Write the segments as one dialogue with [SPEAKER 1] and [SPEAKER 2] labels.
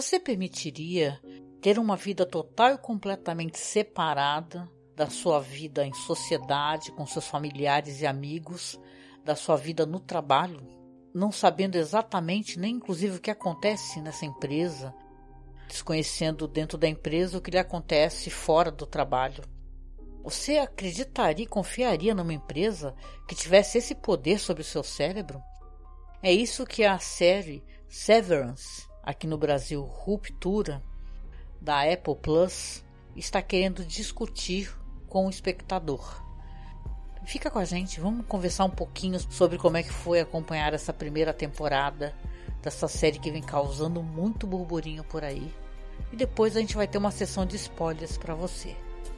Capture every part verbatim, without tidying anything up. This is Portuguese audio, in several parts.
[SPEAKER 1] Você permitiria ter uma vida total e completamente separada da sua vida em sociedade, com seus familiares e amigos, da sua vida no trabalho, não sabendo exatamente nem inclusive o que acontece nessa empresa, desconhecendo dentro da empresa o que lhe acontece fora do trabalho? Você acreditaria e confiaria numa empresa que tivesse esse poder sobre o seu cérebro? É isso que a série Severance, aqui no Brasil Ruptura, da Apple Plus, está querendo discutir com o espectador. Fica com a gente, vamos conversar um pouquinho sobre como é que foi acompanhar essa primeira temporada dessa série que vem causando muito burburinho por aí. E depois a gente vai ter uma sessão de spoilers para você.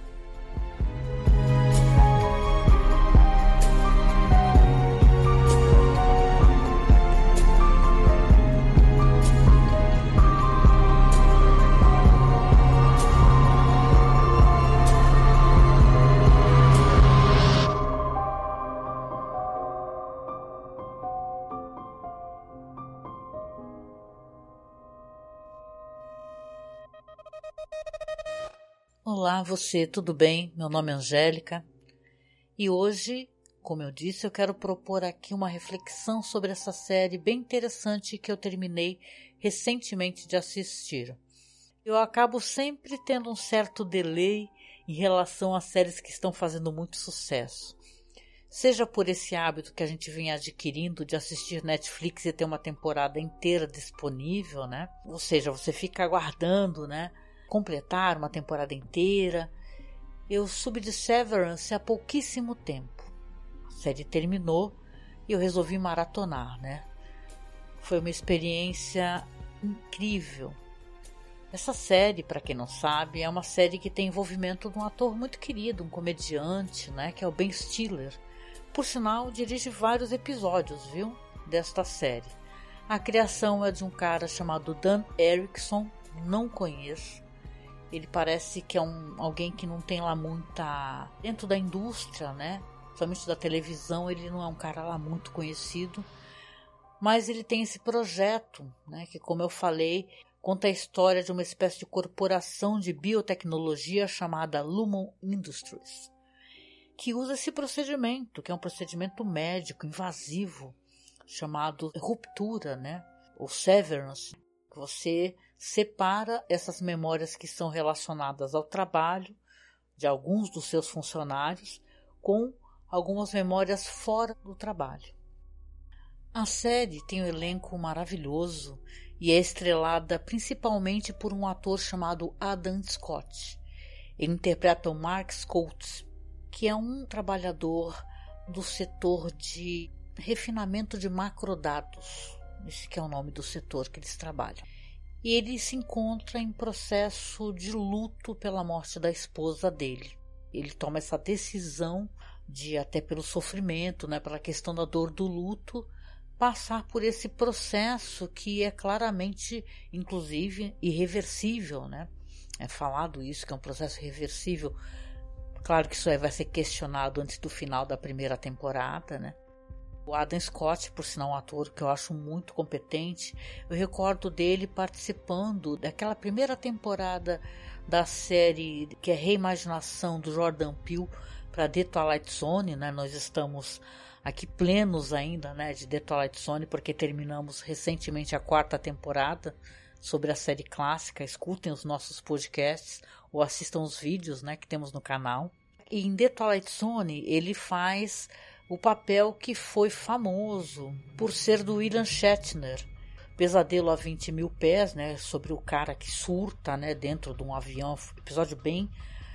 [SPEAKER 1] Olá, você, tudo bem? Meu nome é Angélica e hoje, como eu disse, eu quero propor aqui uma reflexão sobre essa série bem interessante que eu terminei recentemente de assistir. Eu acabo sempre tendo um certo delay em relação às séries que estão fazendo muito sucesso. Seja por esse hábito que a gente vem adquirindo de assistir Netflix e ter uma temporada inteira disponível, né? Ou seja, você fica aguardando, né? completar uma temporada inteira. Eu subi de Severance há pouquíssimo tempo. A série terminou e eu resolvi maratonar, né? Foi uma experiência incrível. Essa série, para quem não sabe, é uma série que tem envolvimento de um ator muito querido, um comediante, né? Que é o Ben Stiller. Por sinal, dirige vários episódios, viu? Desta série. A criação é de um cara chamado Dan Erickson, não conheço. Ele parece que é um, alguém que não tem lá muita... Dentro da indústria, né? Somente da televisão, ele não é um cara lá muito conhecido. Mas ele tem esse projeto, né? Que, como eu falei, conta a história de uma espécie de corporação de biotecnologia chamada Lumon Industries, que usa esse procedimento, que é um procedimento médico invasivo, chamado ruptura, né? Ou severance. Você separa essas memórias que são relacionadas ao trabalho de alguns dos seus funcionários com algumas memórias fora do trabalho. A série tem um elenco maravilhoso e é estrelada principalmente por um ator chamado Adam Scott. Ele interpreta o Mark Coates, que é um trabalhador do setor de refinamento de macrodados. Esse que é o nome do setor que eles trabalham. E ele se encontra em processo de luto pela morte da esposa dele. Ele toma essa decisão de, até pelo sofrimento, né, pela questão da dor do luto, passar por esse processo que é claramente, inclusive, irreversível, né? É falado isso, que é um processo irreversível. Claro que isso aí vai ser questionado antes do final da primeira temporada, né? O Adam Scott, por sinal, um ator que eu acho muito competente, eu recordo dele participando daquela primeira temporada da série que é reimaginação do Jordan Peele para The Twilight Zone, né? Nós estamos aqui plenos ainda, né, de The Twilight Zone, porque terminamos recentemente a quarta temporada sobre a série clássica. Escutem os nossos podcasts ou assistam os vídeos, né, que temos no canal. E em The Twilight Zone ele faz o papel que foi famoso por ser do William Shatner, Pesadelo a vinte mil pés, né, sobre o cara que surta, né, dentro de um avião, episódio bem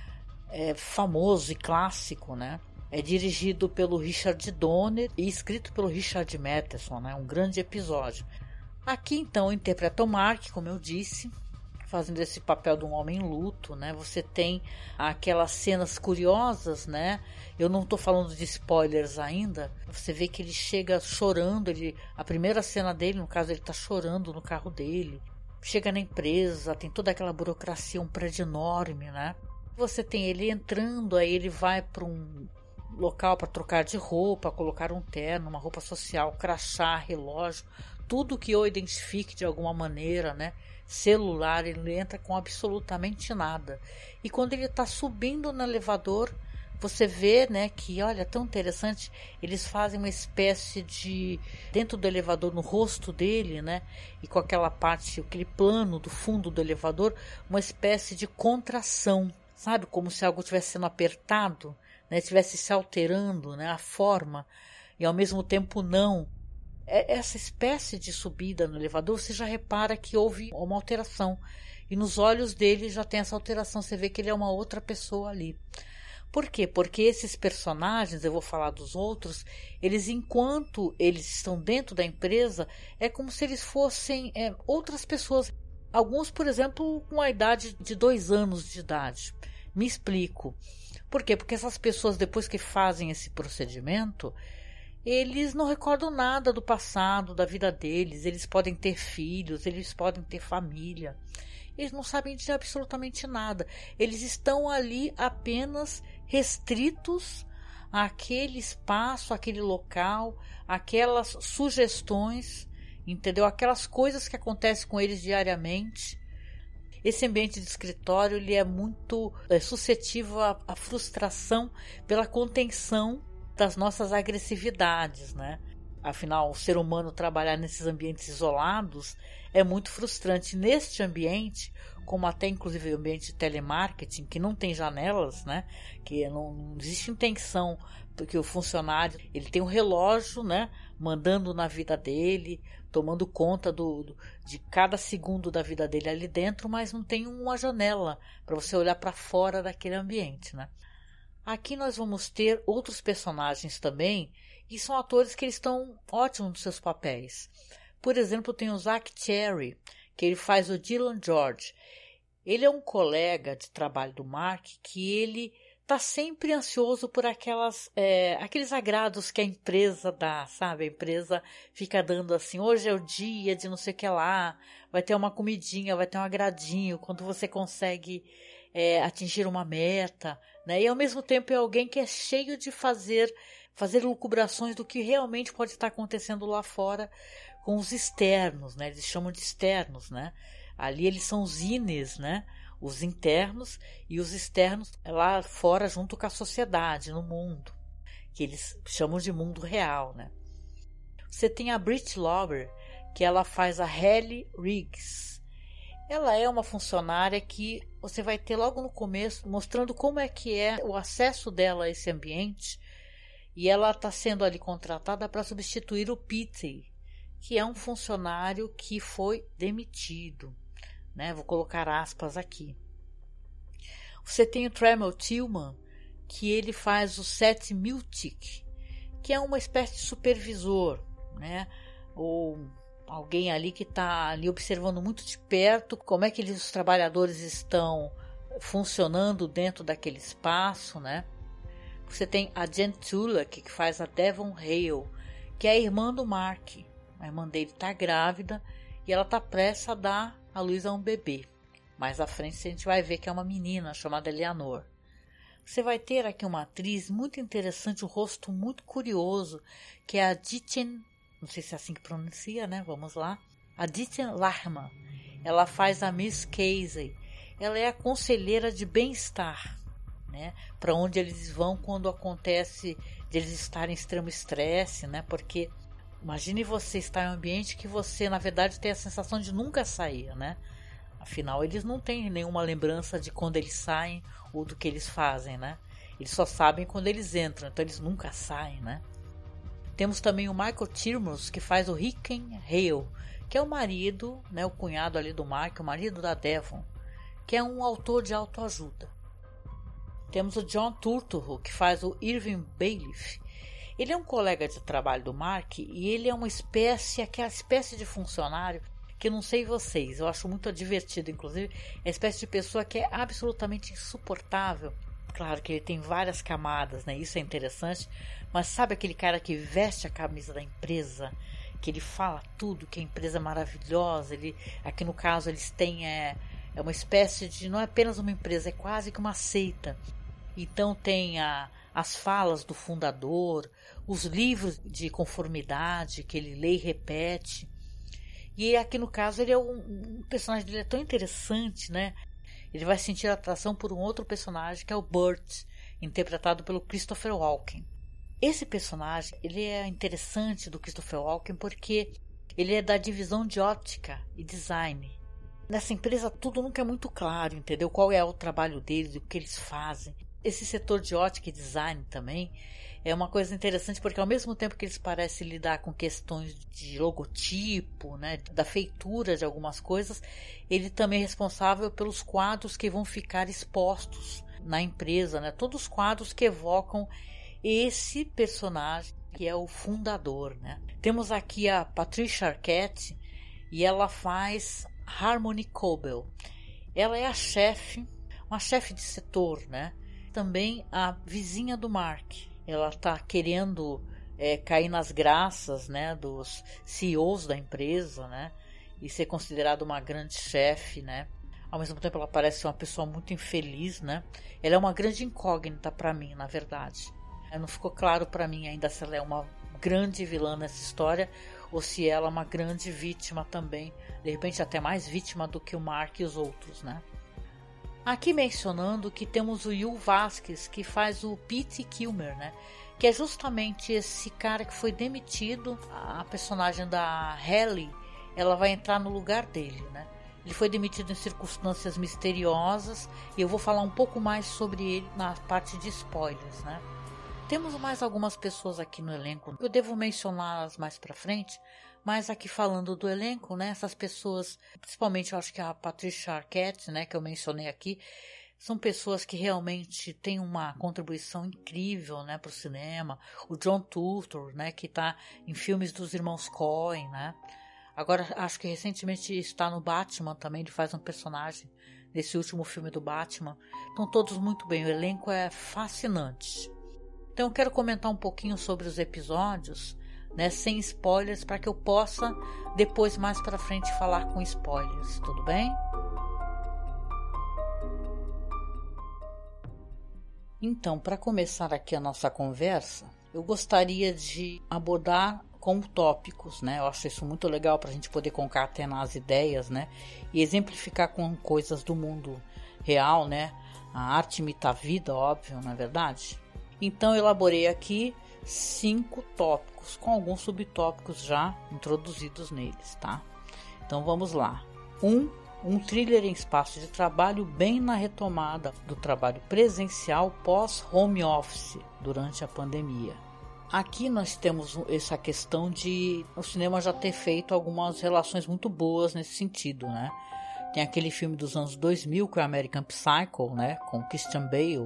[SPEAKER 1] é, famoso e clássico, né. É dirigido pelo Richard Donner e escrito pelo Richard Matheson, né, um grande episódio. Aqui então interpreta o Mark, como eu disse, fazendo esse papel de um homem em luto, né? Você tem aquelas cenas curiosas, né? Eu não estou falando de spoilers ainda. Você vê que ele chega chorando, ele, a primeira cena dele, no caso, ele está chorando no carro dele. Chega na empresa, tem toda aquela burocracia, um prédio enorme, né? Você tem ele entrando, aí ele vai para um local para trocar de roupa, colocar um terno, uma roupa social, crachá, relógio, tudo que eu identifique de alguma maneira, né? celular, ele não entra com absolutamente nada. E quando ele está subindo no elevador, você vê, né, que, olha, tão interessante, eles fazem uma espécie de, dentro do elevador, no rosto dele, né, e com aquela parte, aquele plano do fundo do elevador, uma espécie de contração, sabe, como se algo estivesse sendo apertado, né, estivesse se alterando, né, a forma, e ao mesmo tempo não. Essa espécie de subida no elevador, você já repara que houve uma alteração, e nos olhos dele já tem essa alteração, você vê que ele é uma outra pessoa ali. Por quê? Porque esses personagens, eu vou falar dos outros, eles, enquanto eles estão dentro da empresa, é como se eles fossem é, outras pessoas. Alguns, por exemplo, com a idade de dois anos de idade. Me explico. Por quê? Porque essas pessoas, depois que fazem esse procedimento, eles não recordam nada do passado, da vida deles. Eles podem ter filhos, eles podem ter família. Eles não sabem de absolutamente nada. Eles estão ali apenas restritos àquele espaço, àquele local, aquelas sugestões, entendeu? Aquelas coisas que acontecem com eles diariamente. Esse ambiente de escritório, ele é muito é, suscetível à, à frustração pela contenção das nossas agressividades, né? Afinal, o ser humano trabalhar nesses ambientes isolados é muito frustrante. Neste ambiente, como até inclusive o ambiente de telemarketing, que não tem janelas, né? Que não, não existe intenção, porque o funcionário ele tem um relógio, né? Mandando na vida dele, tomando conta do, do, de cada segundo da vida dele ali dentro, mas não tem uma janela para você olhar para fora daquele ambiente, né? Aqui nós vamos ter outros personagens também, e são atores que eles estão ótimos nos seus papéis. Por exemplo, tem o Zach Cherry, que ele faz o Dylan George. Ele é um colega de trabalho do Mark que ele está sempre ansioso por aquelas, é, aqueles agrados que a empresa dá, sabe? A empresa fica dando assim, hoje é o dia de não sei o que lá, vai ter uma comidinha, vai ter um agradinho, quando você consegue é, atingir uma meta, né? E ao mesmo tempo é alguém que é cheio de fazer, fazer lucubrações do que realmente pode estar acontecendo lá fora com os externos, né? Eles chamam de externos, né? Ali eles são os ines, né? Os internos e os externos lá fora junto com a sociedade, no mundo, que eles chamam de mundo real, né? Você tem a Brit Lover, que ela faz a Halle Riggs. Ela é uma funcionária que você vai ter logo no começo, mostrando como é que é o acesso dela a esse ambiente, e ela está sendo ali contratada para substituir o Pete, que é um funcionário que foi demitido, né? Vou colocar aspas aqui. Você tem o Tremel Tillman, que ele faz o Seth Miltic, que é uma espécie de supervisor, né? Ou alguém ali que está ali observando muito de perto como é que eles, os trabalhadores estão funcionando dentro daquele espaço, né? Você tem a Jen Tulloch, que faz a Devon Hale, que é a irmã do Mark. A irmã dele está grávida e ela está prestes a dar a luz a um bebê. Mais à frente a gente vai ver que é uma menina chamada Eleanor. Você vai ter aqui uma atriz muito interessante, um rosto muito curioso, que é a Ditchen, não sei se é assim que pronuncia, né? Vamos lá. A Ditchen Lahman. Ela faz a Miss Casey. Ela é a conselheira de bem-estar, né? Para onde eles vão quando acontece de eles estarem em extremo estresse, né? Porque imagine você estar em um ambiente que você, na verdade, tem a sensação de nunca sair, né? Afinal, eles não têm nenhuma lembrança de quando eles saem ou do que eles fazem, né? Eles só sabem quando eles entram, então eles nunca saem, né? Temos também o Michael Tirmos, que faz o Ricken Hale, que é o marido, né, o cunhado ali do Mark, o marido da Devon, que é um autor de autoajuda. Temos o John Turturro, que faz o Irving Bailiff. Ele é um colega de trabalho do Mark e ele é uma espécie, aquela espécie de funcionário que não sei vocês, eu acho muito divertido, inclusive, é a espécie de pessoa que é absolutamente insuportável. Claro que ele tem várias camadas, né? Isso é interessante, mas sabe aquele cara que veste a camisa da empresa, que ele fala tudo, que a empresa é maravilhosa, ele, aqui no caso eles têm é, é uma espécie de, não é apenas uma empresa, é quase que uma seita. Então tem a, as falas do fundador, os livros de conformidade que ele lê e repete. E aqui no caso ele é um, um personagem dele é tão interessante, né? Ele vai sentir atração por um outro personagem que é o Burt, interpretado pelo Christopher Walken. Esse personagem ele é interessante do Christopher Walken porque ele é da divisão de óptica e design. Nessa empresa tudo nunca é muito claro, entendeu? Qual é o trabalho deles, o que eles fazem. Esse setor de ótica e design também é uma coisa interessante porque ao mesmo tempo que eles parecem lidar com questões de logotipo, né, da feitura de algumas coisas, ele também é responsável pelos quadros que vão ficar expostos na empresa, né? Todos os quadros que evocam esse personagem que é o fundador, né? Temos aqui a Patricia Arquette e ela faz Harmony Coble. Ela é a chefe, uma chefe de setor, né? Também a vizinha do Mark. Ela está querendo é, cair nas graças, né, dos C E Os da empresa, né? E ser considerada uma grande chefe, né? Ao mesmo tempo ela parece uma pessoa muito infeliz, né? Ela é uma grande incógnita para mim, na verdade. Não ficou claro para mim ainda se ela é uma grande vilã nessa história ou se ela é uma grande vítima também, de repente até mais vítima do que o Mark e os outros, né? Aqui mencionando que temos o Will Vasquez, que faz o Pete Kilmer, né? Que é justamente esse cara que foi demitido. A personagem da Halle, ela vai entrar no lugar dele, né? Ele foi demitido em circunstâncias misteriosas e eu vou falar um pouco mais sobre ele na parte de spoilers, né? Temos mais algumas pessoas aqui no elenco. Eu devo mencioná-las mais pra frente, mas aqui falando do elenco, né? Essas pessoas, principalmente eu acho que a Patricia Arquette, né? Que eu mencionei aqui, são pessoas que realmente têm uma contribuição incrível, né? Pro cinema. O John Turturro, né? Que tá em filmes dos irmãos Coen, né? Agora acho que recentemente está no Batman também, ele faz um personagem nesse último filme do Batman. Estão todos muito bem, o elenco é fascinante. Então eu quero comentar um pouquinho sobre os episódios, né, sem spoilers, para que eu possa depois mais para frente falar com spoilers, tudo bem? Então, para começar aqui a nossa conversa, eu gostaria de abordar como tópicos, né? Eu acho isso muito legal para a gente poder concatenar as ideias, né? E exemplificar com coisas do mundo real, né? A arte imita a vida, óbvio, não é verdade? Então, eu elaborei aqui cinco tópicos, com alguns subtópicos já introduzidos neles, tá? Então, vamos lá. Um, um thriller em espaço de trabalho bem na retomada do trabalho presencial pós-home office durante a pandemia. Aqui nós temos essa questão de o cinema já ter feito algumas relações muito boas nesse sentido, né? Tem aquele filme dos anos dois mil, que é o American Psycho, né? Com Christian Bale.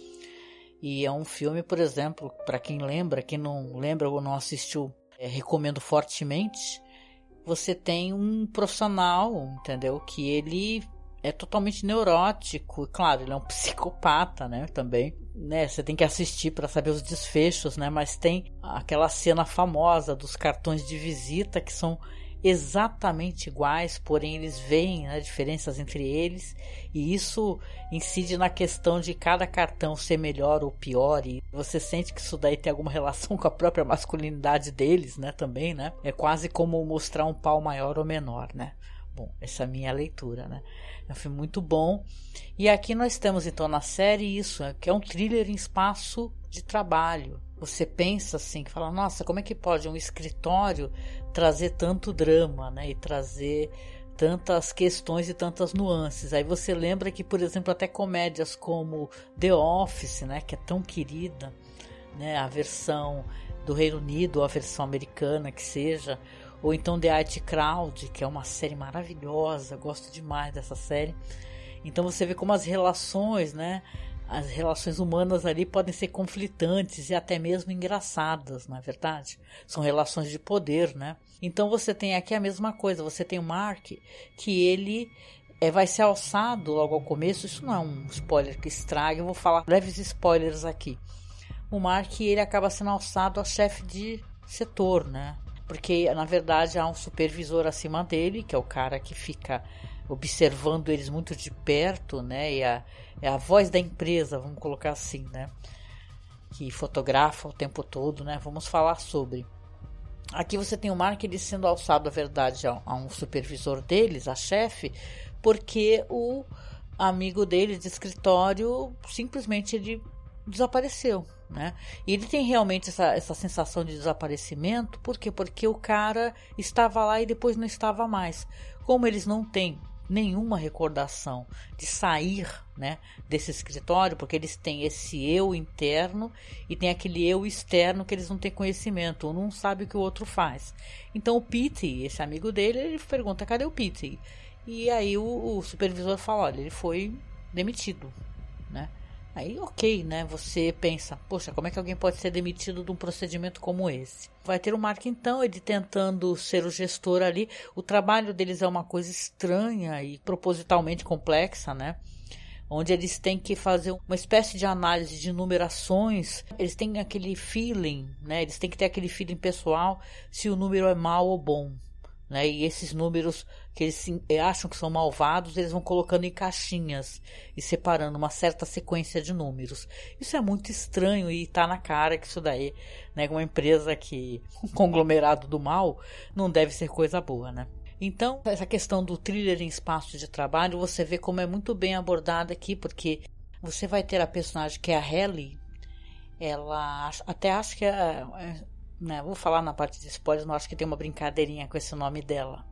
[SPEAKER 1] E é um filme, por exemplo, para quem lembra, quem não lembra ou não assistiu, é, recomendo fortemente. Você tem um profissional, entendeu? Que ele é totalmente neurótico. Claro, ele é um psicopata, né? Também, né? Você tem que assistir para saber os desfechos, né? Mas tem aquela cena famosa dos cartões de visita que são exatamente iguais, porém eles veem, né, diferenças entre eles, e isso incide na questão de cada cartão ser melhor ou pior, e você sente que isso daí tem alguma relação com a própria masculinidade deles, né, também, né? É quase como mostrar um pau maior ou menor, né? Bom, essa é a minha leitura, né? É um filme muito bom. E aqui nós temos então na série isso, que é um thriller em espaço de trabalho. Você pensa assim, que fala, nossa, como é que pode um escritório trazer tanto drama, né? E trazer tantas questões e tantas nuances. Aí você lembra que, por exemplo, até comédias como The Office, né? Que é tão querida, né? A versão do Reino Unido, ou a versão americana que seja, ou então The I T Crowd, que é uma série maravilhosa, gosto demais dessa série. Então você vê como as relações, né? As relações humanas ali podem ser conflitantes e até mesmo engraçadas, não é verdade? São relações de poder, né? Então você tem aqui a mesma coisa, você tem o Mark, que ele é, vai ser alçado logo ao começo, isso não é um spoiler que estraga, eu vou falar leves spoilers aqui. O Mark, ele acaba sendo alçado a chefe de setor, né? Porque, na verdade, há um supervisor acima dele, que é o cara que fica observando eles muito de perto, né? E a, é a voz da empresa, vamos colocar assim, né? Que fotografa o tempo todo, né? Vamos falar sobre. Aqui você tem o Mark ele sendo alçado, a verdade, a, a um supervisor deles, a chefe, porque o amigo dele de escritório simplesmente ele desapareceu, né? E ele tem realmente essa, essa sensação de desaparecimento, por quê? Porque o cara estava lá e depois não estava mais. Como eles não têm nenhuma recordação de sair, né, desse escritório, porque eles têm esse eu interno e tem aquele eu externo que eles não têm conhecimento, um não sabe o que o outro faz. Então o Pete, esse amigo dele, ele pergunta, cadê o Pete? E aí o, o supervisor fala, olha, ele foi demitido, né? Aí, ok, né? Você pensa, poxa, como é que alguém pode ser demitido de um procedimento como esse? Vai ter o Mark, então, ele tentando ser o gestor ali. O trabalho deles é uma coisa estranha e propositalmente complexa, né? Onde eles têm que fazer uma espécie de análise de numerações. Eles têm aquele feeling, né? Eles têm que ter aquele feeling pessoal se o número é mau ou bom, né? E esses números que eles acham que são malvados, eles vão colocando em caixinhas e separando uma certa sequência de números. Isso é muito estranho e tá na cara que isso daí, né, uma empresa que, um conglomerado do mal, não deve ser coisa boa, né? Então, essa questão do thriller em espaço de trabalho, você vê como é muito bem abordada aqui, porque você vai ter a personagem que é a Halle, ela até acho que é, é né, vou falar na parte de spoilers, mas acho que tem uma brincadeirinha com esse nome dela.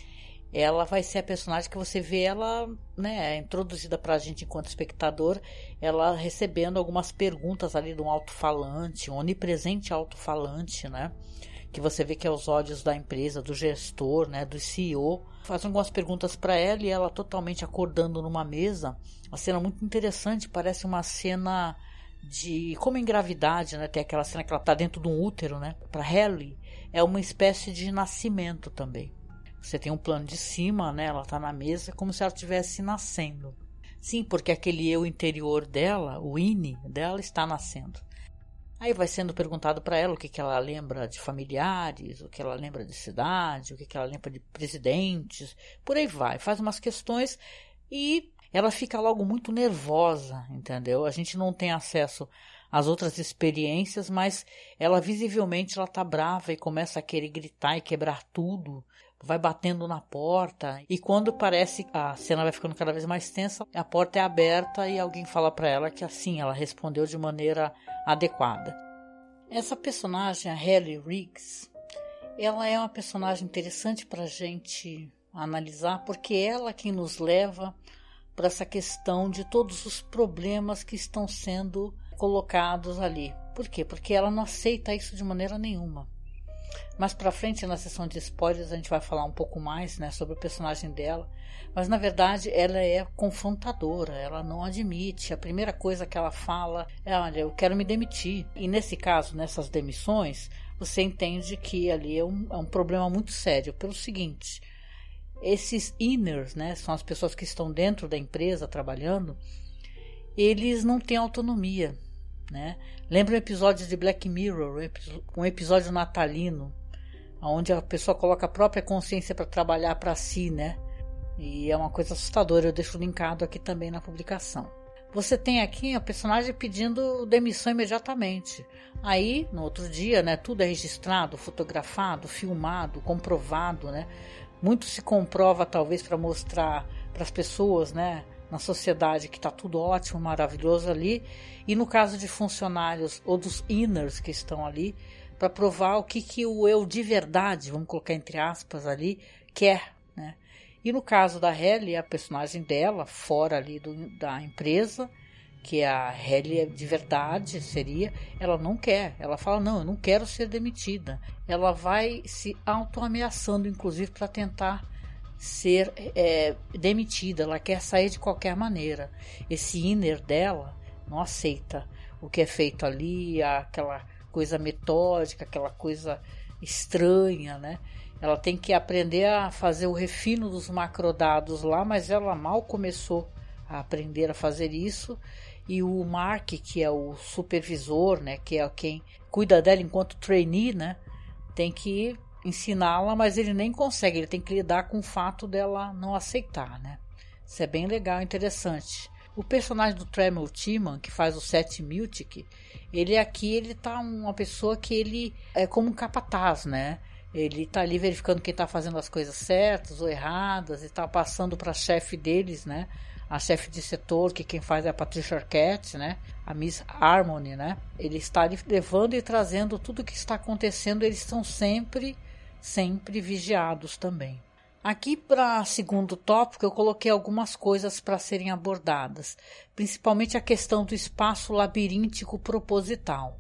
[SPEAKER 1] Ela vai ser a personagem que você vê ela, né, introduzida pra gente enquanto espectador, ela recebendo algumas perguntas ali de um alto-falante, um onipresente alto-falante, né, que você vê que é os olhos da empresa, do gestor, né, do C E O, fazem algumas perguntas para ela e ela totalmente acordando numa mesa, uma cena muito interessante, parece uma cena de como em gravidade, né, tem aquela cena que ela tá dentro de um útero, né, para Halle é uma espécie de nascimento também. Você tem um plano de cima, né? Ela está na mesa como se ela estivesse nascendo. Sim, porque aquele eu interior dela, o Ine dela, está nascendo. Aí vai sendo perguntado para ela o que, que ela lembra de familiares, o que ela lembra de cidade, o que, que ela lembra de presidentes, por aí vai. Faz umas questões e ela fica logo muito nervosa, entendeu? A gente não tem acesso às outras experiências, mas ela visivelmente ela tá brava e começa a querer gritar e quebrar tudo. Vai batendo na porta e quando parece que a cena vai ficando cada vez mais tensa, a porta é aberta e alguém fala para ela que assim, ela respondeu de maneira adequada. Essa personagem, a Halle Riggs, ela é uma personagem interessante para a gente analisar, porque ela é quem nos leva para essa questão de todos os problemas que estão sendo colocados ali. Por quê? Porque ela não aceita isso de maneira nenhuma. Mais pra frente, na sessão de spoilers, a gente vai falar um pouco mais, né, sobre o personagem dela. Mas, na verdade, ela é confrontadora, ela não admite. A primeira coisa que ela fala é, olha, eu quero me demitir. E, nesse caso, nessas demissões, você entende que ali é um, é um problema muito sério. Pelo seguinte, esses inners, né, são as pessoas que estão dentro da empresa trabalhando, eles não têm autonomia. Né? Lembra um episódio de Black Mirror, um episódio natalino, onde a pessoa coloca a própria consciência para trabalhar para si, né? E é uma coisa assustadora, eu deixo linkado aqui também na publicação. Você tem aqui a personagem pedindo demissão imediatamente. Aí, no outro dia, né, tudo é registrado, fotografado, filmado, comprovado, né? Muito se comprova, talvez, para mostrar para as pessoas, né, na sociedade que está tudo ótimo, maravilhoso ali, e no caso de funcionários ou dos inners que estão ali, para provar o que, que o eu de verdade, vamos colocar entre aspas ali, quer, né? E no caso da Halle, a personagem dela, fora ali do, da empresa, que é a Halle de verdade seria, ela não quer, ela fala, não, eu não quero ser demitida. Ela vai se autoameaçando, inclusive, para tentar ser é, demitida, ela quer sair de qualquer maneira. Esse inner dela não aceita o que é feito ali, aquela coisa metódica, aquela coisa estranha, né? Ela tem que aprender a fazer o refino dos macrodados lá, mas ela mal começou a aprender a fazer isso, e o Mark, que é o supervisor, né, que é quem cuida dela enquanto trainee, né, tem que ensiná-la, mas ele nem consegue, ele tem que lidar com o fato dela não aceitar, né? Isso é bem legal, interessante. O personagem do Tremel Timan, que faz o Seth Miltic, ele aqui, ele tá uma pessoa que ele é como um capataz, né? Ele tá ali verificando quem tá fazendo as coisas certas ou erradas e tá passando para a chefe deles, né? A chefe de setor, que quem faz é a Patricia Arquette, né? A Miss Harmony, né? Ele está ali levando e trazendo tudo o que está acontecendo. Eles estão sempre, sempre vigiados também. Aqui para segundo tópico eu coloquei algumas coisas para serem abordadas, principalmente a questão do espaço labiríntico proposital.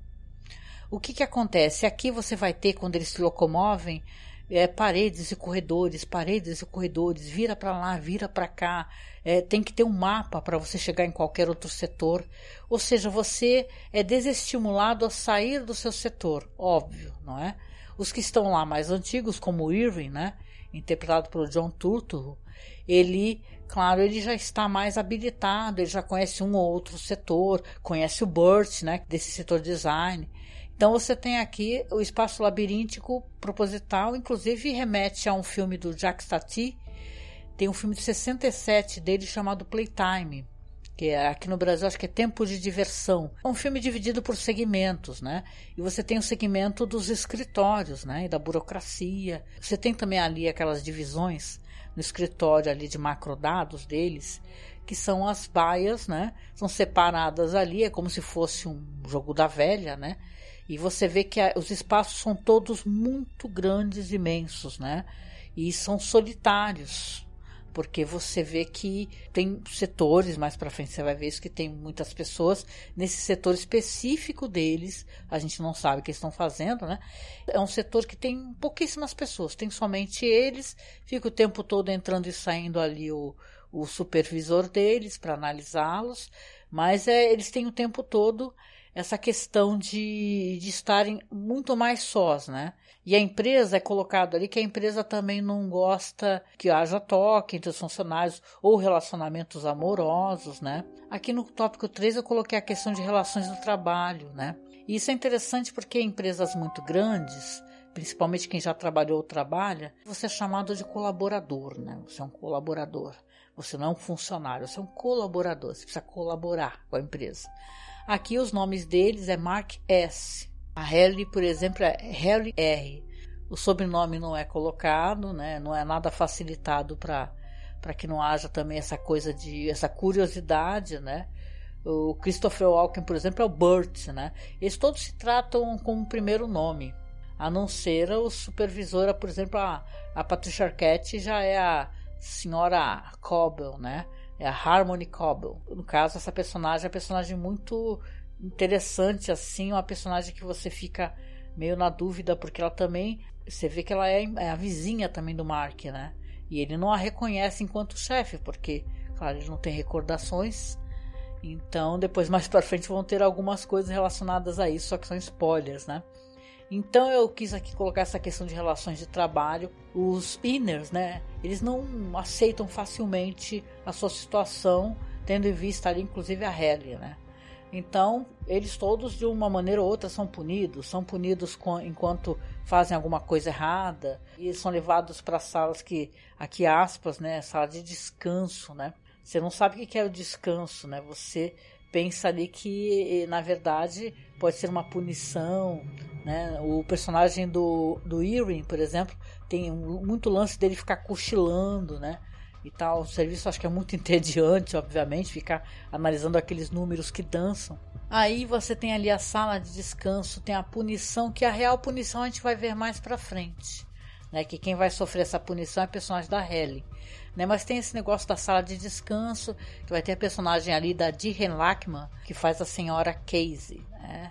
[SPEAKER 1] O que que acontece? Aqui você vai ter, quando eles se locomovem, é, paredes e corredores, paredes e corredores, vira para lá, vira para cá, é, tem que ter um mapa para você chegar em qualquer outro setor, ou seja, você é desestimulado a sair do seu setor, óbvio, não é? Os que estão lá mais antigos, como o Irving, né? Interpretado pelo John Turturro, ele, claro, ele já está mais habilitado, ele já conhece um ou outro setor, conhece o Burt, né, desse setor design. Então você tem aqui o espaço labiríntico proposital, inclusive remete a um filme do Jacques Tati, tem um filme de sessenta e sete dele chamado Playtime, que é, aqui no Brasil acho que é Tempo de Diversão. É um filme dividido por segmentos, né? E você tem o segmento dos escritórios, né? E da burocracia. Você tem também ali aquelas divisões no escritório ali de macrodados deles, que são as baias, né? São separadas ali, é como se fosse um jogo da velha, né? E você vê que a, os espaços são todos muito grandes, imensos, né? E são solitários. Porque você vê que tem setores, mais para frente você vai ver isso, que tem muitas pessoas nesse setor específico deles, a gente não sabe o que estão fazendo, né? É um setor que tem pouquíssimas pessoas, tem somente eles, fica o tempo todo entrando e saindo ali o, o supervisor deles para analisá-los, mas é, eles têm o tempo todo essa questão de, de estarem muito mais sós, né? E a empresa é colocado ali que a empresa também não gosta que haja toque entre os funcionários ou relacionamentos amorosos, né? Aqui no tópico três eu coloquei a questão de relações do trabalho, né? E isso é interessante porque empresas muito grandes, principalmente quem já trabalhou ou trabalha, você é chamado de colaborador, né? Você é um colaborador. Você não é um funcionário, você é um colaborador. Você precisa colaborar com a empresa. Aqui os nomes deles é Mark S. A Haley, por exemplo, é Haley R. O sobrenome não é colocado, né? Não é nada facilitado para para que não haja também essa coisa de essa curiosidade, né? O Christopher Walken, por exemplo, é o Burt, né? Eles todos se tratam com o primeiro nome, a não ser o supervisora, por exemplo, a, a Patricia Arquette já é a senhora Cobble, né? É a Harmony Cobble. No caso, essa personagem é uma personagem muito interessante, assim, uma personagem que você fica meio na dúvida, porque ela também, você vê que ela é, é a vizinha também do Mark, né? E ele não a reconhece enquanto chefe, porque, claro, ele não tem recordações. Então, depois, mais pra frente, vão ter algumas coisas relacionadas a isso, só que são spoilers, né? Então eu quis aqui colocar essa questão de relações de trabalho. Os inners, né, eles não aceitam facilmente a sua situação, tendo em vista ali inclusive a Haley, né? Então eles todos de uma maneira ou outra são punidos, são punidos com, enquanto fazem alguma coisa errada e são levados para salas que, aqui aspas, né, sala de descanso, né? Você não sabe o que é o descanso, né? Você pensa ali que, na verdade, pode ser uma punição, né? O personagem do, do Irving, por exemplo, tem muito lance dele ficar cochilando, né? E tal. O serviço acho que é muito entediante, obviamente, ficar analisando aqueles números que dançam. Aí você tem ali a sala de descanso, tem a punição, que a real punição a gente vai ver mais pra frente, né? Que quem vai sofrer essa punição é a personagem da Haley. Né, mas tem esse negócio da sala de descanso, que vai ter a personagem ali da Diane Lachman, que faz a senhora Casey, né?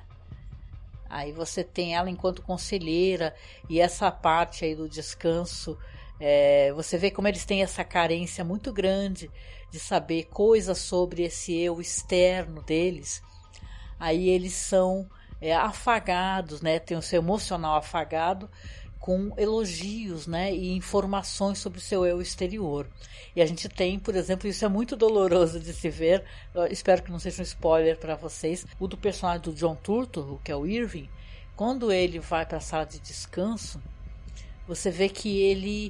[SPEAKER 1] Aí você tem ela enquanto conselheira, e essa parte aí do descanso, é, você vê como eles têm essa carência muito grande de saber coisas sobre esse eu externo deles. Aí eles são é, afagados, né? Tem o seu emocional afagado, com elogios, né, e informações sobre o seu eu exterior. E a gente tem, por exemplo, isso é muito doloroso de se ver, eu espero que não seja um spoiler para vocês, o do personagem do John Turturro, que é o Irving, quando ele vai para a sala de descanso, você vê que ele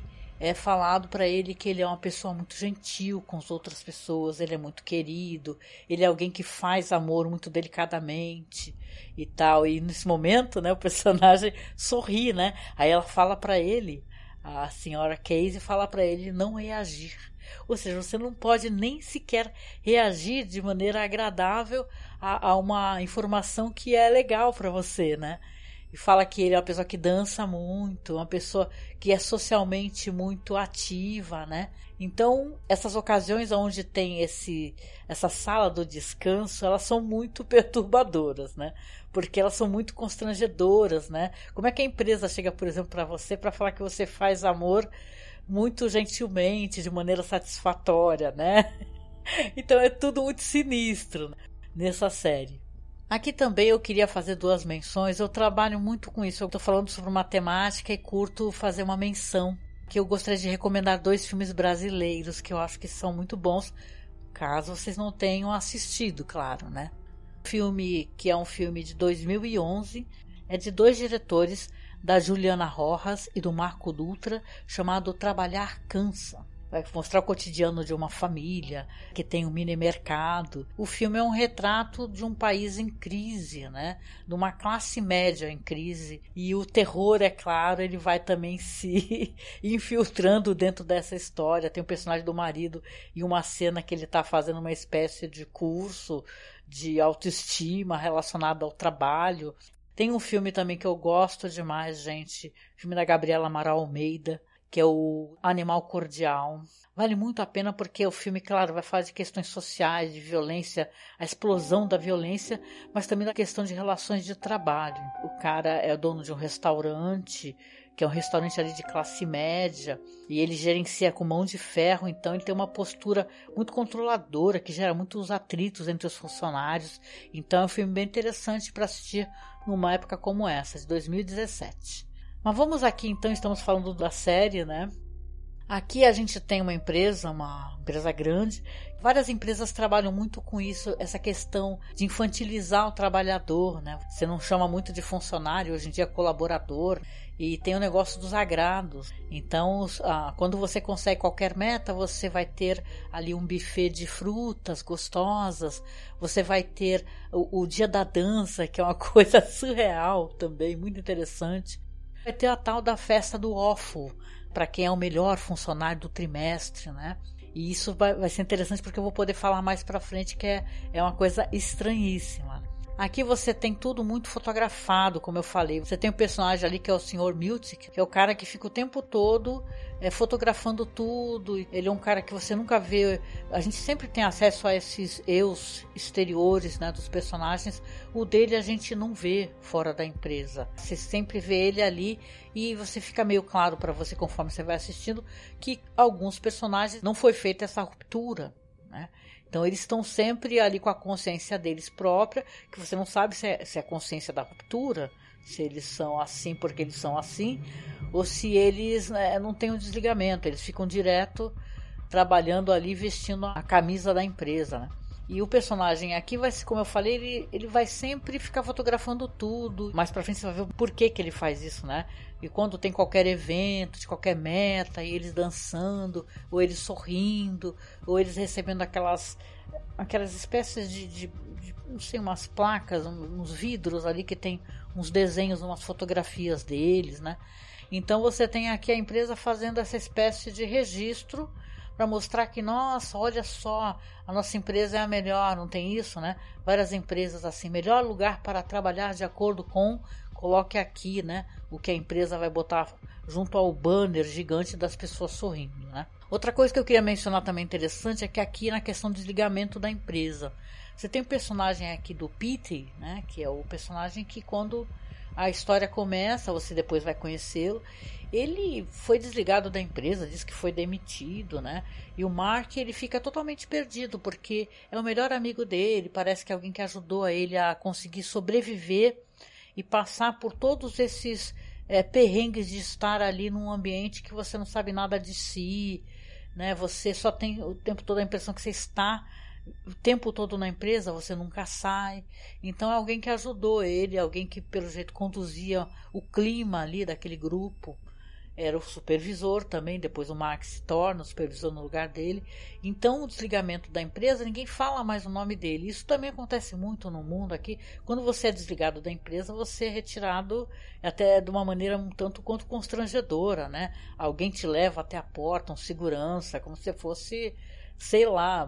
[SPEAKER 1] é falado para ele que ele é uma pessoa muito gentil com as outras pessoas, ele é muito querido, ele é alguém que faz amor muito delicadamente e tal. E nesse momento, né, o personagem sorri, né? Aí ela fala para ele, a senhora Casey fala para ele não reagir. Ou seja, você não pode nem sequer reagir de maneira agradável a, a uma informação que é legal para você, né? E fala que ele é uma pessoa que dança muito, uma pessoa que é socialmente muito ativa, né? Então, essas ocasiões onde tem esse, essa sala do descanso, elas são muito perturbadoras, né? Porque elas são muito constrangedoras, né? Como é que a empresa chega, por exemplo, para você para falar que você faz amor muito gentilmente, de maneira satisfatória, né? Então é tudo muito sinistro, né, nessa série. Aqui também eu queria fazer duas menções. Eu trabalho muito com isso. Eu estou falando sobre matemática e curto fazer uma menção. Que eu gostaria de recomendar dois filmes brasileiros que eu acho que são muito bons, caso vocês não tenham assistido, claro, né? O filme, que é um filme de dois mil e onze, é de dois diretores, da Juliana Rojas e do Marco Dutra, chamado Trabalhar Cansa. Vai mostrar o cotidiano de uma família que tem um mini mercado. O filme é um retrato de um país em crise, né? De uma classe média em crise. E o terror, é claro, ele vai também se infiltrando dentro dessa história. Tem o personagem do marido e uma cena que ele está fazendo uma espécie de curso de autoestima relacionado ao trabalho. Tem um filme também que eu gosto demais, gente. Filme da Gabriela Amaral Almeida, que é o Animal Cordial. Vale muito a pena porque o filme, claro, vai falar de questões sociais, de violência, a explosão da violência, mas também da questão de relações de trabalho. O cara é dono de um restaurante, que é um restaurante ali de classe média, e ele gerencia com mão de ferro, então ele tem uma postura muito controladora, que gera muitos atritos entre os funcionários. Então é um filme bem interessante para assistir numa época como essa, de dois mil e dezessete. Mas vamos aqui então, estamos falando da série, né? Aqui a gente tem uma empresa, uma empresa grande. Várias empresas trabalham muito com isso, essa questão de infantilizar o trabalhador, né? Você não chama muito de funcionário, hoje em dia é colaborador. E tem o negócio dos agrados. Então, quando você consegue qualquer meta, você vai ter ali um buffet de frutas gostosas. Você vai ter o, o dia da dança, que é uma coisa surreal também, muito interessante. Vai ter a tal da festa do waffle, para quem é o melhor funcionário do trimestre, né? E isso vai, vai ser interessante porque eu vou poder falar mais para frente, que é, é uma coisa estranhíssima. Aqui você tem tudo muito fotografado, como eu falei. Você tem um personagem ali que é o senhor Miltic, que é o cara que fica o tempo todo é, fotografando tudo. Ele é um cara que você nunca vê. A gente sempre tem acesso a esses eus exteriores, né, dos personagens. O dele a gente não vê fora da empresa. Você sempre vê ele ali e você fica meio claro para você, conforme você vai assistindo, que alguns personagens não foi feita essa ruptura, né? Então eles estão sempre ali com a consciência deles própria, que você não sabe se é, se é a consciência da ruptura, se eles são assim porque eles são assim, ou se eles, né, não têm um desligamento, eles ficam direto trabalhando ali, vestindo a camisa da empresa, né? E o personagem aqui vai, como eu falei, ele, ele vai sempre ficar fotografando tudo. Mais pra frente você vai ver o porquê que ele faz isso, né? E quando tem qualquer evento, de qualquer meta, e eles dançando, ou eles sorrindo, ou eles recebendo aquelas, aquelas espécies de, de, de, não sei, umas placas, uns vidros ali que tem uns desenhos, umas fotografias deles, né? Então você tem aqui a empresa fazendo essa espécie de registro para mostrar que, nossa, olha só, a nossa empresa é a melhor, não tem isso, né? Várias empresas assim, melhor lugar para trabalhar de acordo com, coloque aqui, né? O que a empresa vai botar junto ao banner gigante das pessoas sorrindo, né? Outra coisa que eu queria mencionar também interessante é que aqui na questão do desligamento da empresa, você tem o personagem aqui do Pete, né? Que é o personagem que quando a história começa, você depois vai conhecê-lo. Ele foi desligado da empresa, diz que foi demitido, né? E o Mark, ele fica totalmente perdido, porque é o melhor amigo dele, parece que é alguém que ajudou a ele a conseguir sobreviver e passar por todos esses é, perrengues de estar ali num ambiente que você não sabe nada de si, né? Você só tem o tempo todo a impressão que você está o tempo todo na empresa, você nunca sai. Então é alguém que ajudou ele, alguém que pelo jeito conduzia o clima ali daquele grupo. era o supervisor também, depois o Mark se torna o supervisor no lugar dele. Então o desligamento da empresa, ninguém fala mais o nome dele. Isso também acontece muito no mundo aqui. Quando você é desligado da empresa, você é retirado até de uma maneira um tanto quanto constrangedora, né? Alguém te leva até a porta, um segurança, como se fosse, sei lá,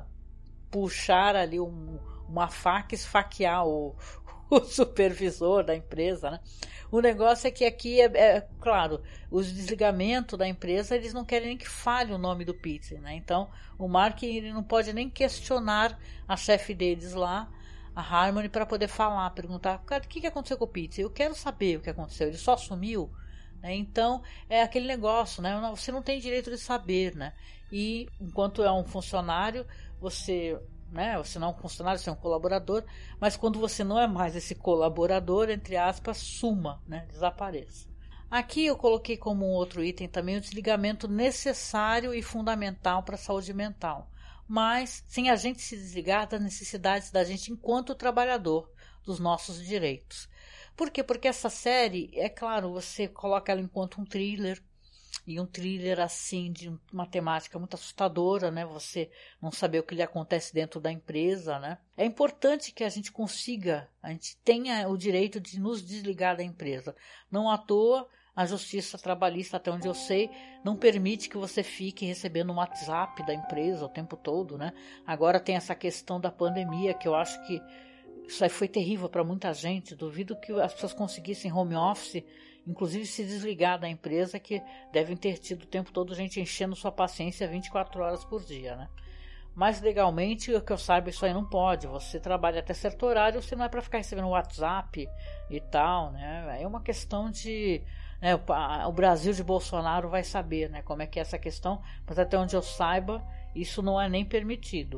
[SPEAKER 1] puxar ali um, uma faca e esfaquear o, o supervisor da empresa, né? O negócio é que aqui, é, é claro, os desligamentos da empresa, eles não querem nem que fale o nome do Pete, né? Então, o Mark ele não pode nem questionar a chefe deles lá, a Harmony, para poder falar, perguntar, cara, o que, que aconteceu com o Pete? Eu quero saber o que aconteceu, ele só sumiu? Né? Então, é aquele negócio, né? Você não tem direito de saber, né? E, enquanto é um funcionário, você... Né? Você não é um funcionário, você é um colaborador, mas quando você não é mais esse colaborador, entre aspas, suma, né? Desapareça. Aqui eu coloquei como um outro item também o desligamento necessário e fundamental para a saúde mental, mas sem a gente se desligar das necessidades da gente enquanto trabalhador, dos nossos direitos. Por quê? Porque essa série, é claro, você coloca ela enquanto um thriller, e um thriller assim de uma temática muito assustadora, né? Você não saber o que lhe acontece dentro da empresa, né? É importante que a gente consiga, a gente tenha o direito de nos desligar da empresa. Não à toa, a justiça trabalhista, até onde eu sei, não permite que você fique recebendo um WhatsApp da empresa o tempo todo, né? Agora tem essa questão da pandemia, que eu acho que isso aí foi terrível para muita gente. Duvido que as pessoas conseguissem home office, inclusive se desligar da empresa, que devem ter tido o tempo todo gente enchendo sua paciência vinte e quatro horas por dia, né? Mas legalmente, o que eu saiba, isso aí não pode. Você trabalha até certo horário, você não é para ficar recebendo WhatsApp e tal, né? É uma questão de... Né, o Brasil de Bolsonaro vai saber, né, como é que é essa questão, mas até onde eu saiba, isso não é nem permitido.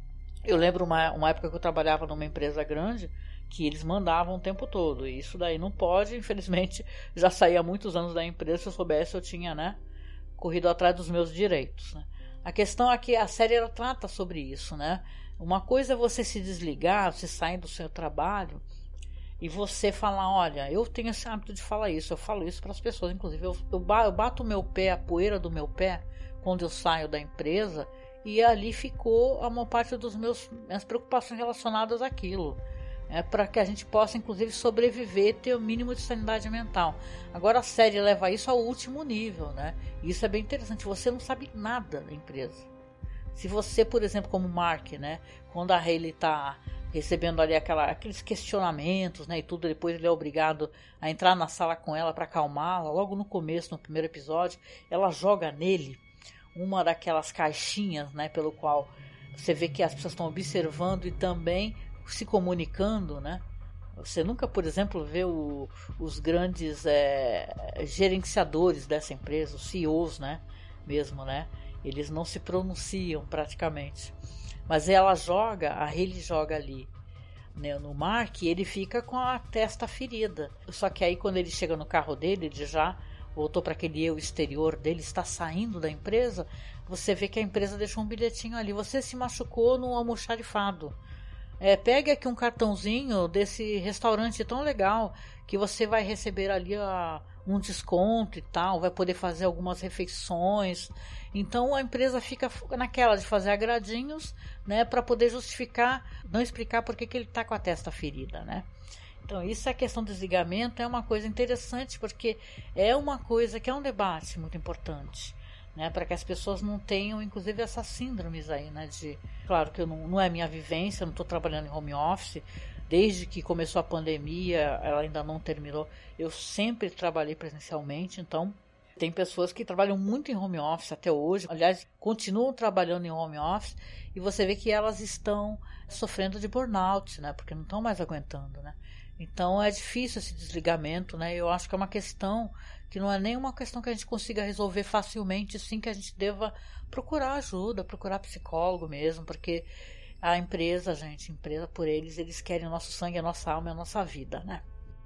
[SPEAKER 1] Eu lembro uma, uma época que eu trabalhava numa empresa grande, que eles mandavam o tempo todo, e isso daí não pode, infelizmente, já saí há muitos anos da empresa, se eu soubesse eu tinha, né, corrido atrás dos meus direitos, né. A questão é que a série ela trata sobre isso, né, uma coisa é você se desligar, você sair do seu trabalho, e você falar, olha, eu tenho esse hábito de falar isso, eu falo isso para as pessoas, inclusive eu, eu bato o meu pé, a poeira do meu pé, quando eu saio da empresa, e ali ficou a maior parte das minhas preocupações relacionadas àquilo. É, para que a gente possa, inclusive, sobreviver e ter o mínimo de sanidade mental. Agora a série leva isso ao último nível, né? E isso é bem interessante. Você não sabe nada da empresa. Se você, por exemplo, como Mark, né? Quando a Hayley está recebendo ali aquela, aqueles questionamentos, né? E tudo, depois ele é obrigado a entrar na sala com ela para acalmá-la. Logo no começo, no primeiro episódio, ela joga nele uma daquelas caixinhas, né? Pelo qual você vê que as pessoas estão observando e também se comunicando, né? Você nunca, por exemplo, vê o, os grandes é, gerenciadores dessa empresa, os C E Os, né? Mesmo, né? Eles não se pronunciam praticamente. Mas ela joga, a Hayley joga ali, né, no Mark, e ele fica com a testa ferida. Só que aí quando ele chega no carro dele, ele já voltou para aquele eu exterior dele, está saindo da empresa, você vê que a empresa deixou um bilhetinho ali. Você se machucou no almoxarifado. É, pegue aqui um cartãozinho desse restaurante tão legal que você vai receber ali a, um desconto e tal, vai poder fazer algumas refeições. Então a empresa fica naquela de fazer agradinhos, né, para poder justificar, não explicar por que, que ele está com a testa ferida, né? Então isso, a questão do desligamento é uma coisa interessante, porque é uma coisa que é um debate muito importante, né, para que as pessoas não tenham, inclusive, essas síndromes aí, né, de... Claro que eu não, não é minha vivência, não estou trabalhando em home office, desde que começou a pandemia, ela ainda não terminou, eu sempre trabalhei presencialmente, então tem pessoas que trabalham muito em home office até hoje, aliás, continuam trabalhando em home office, e você vê que elas estão sofrendo de burnout, né, porque não estão mais aguentando, né. Então é difícil esse desligamento, né, eu acho que é uma questão que não é nem uma questão que a gente consiga resolver facilmente, sim, que a gente deva procurar ajuda, procurar psicólogo mesmo, porque a empresa, gente, empresa por eles, eles querem o nosso sangue, a nossa alma e a nossa vida, né?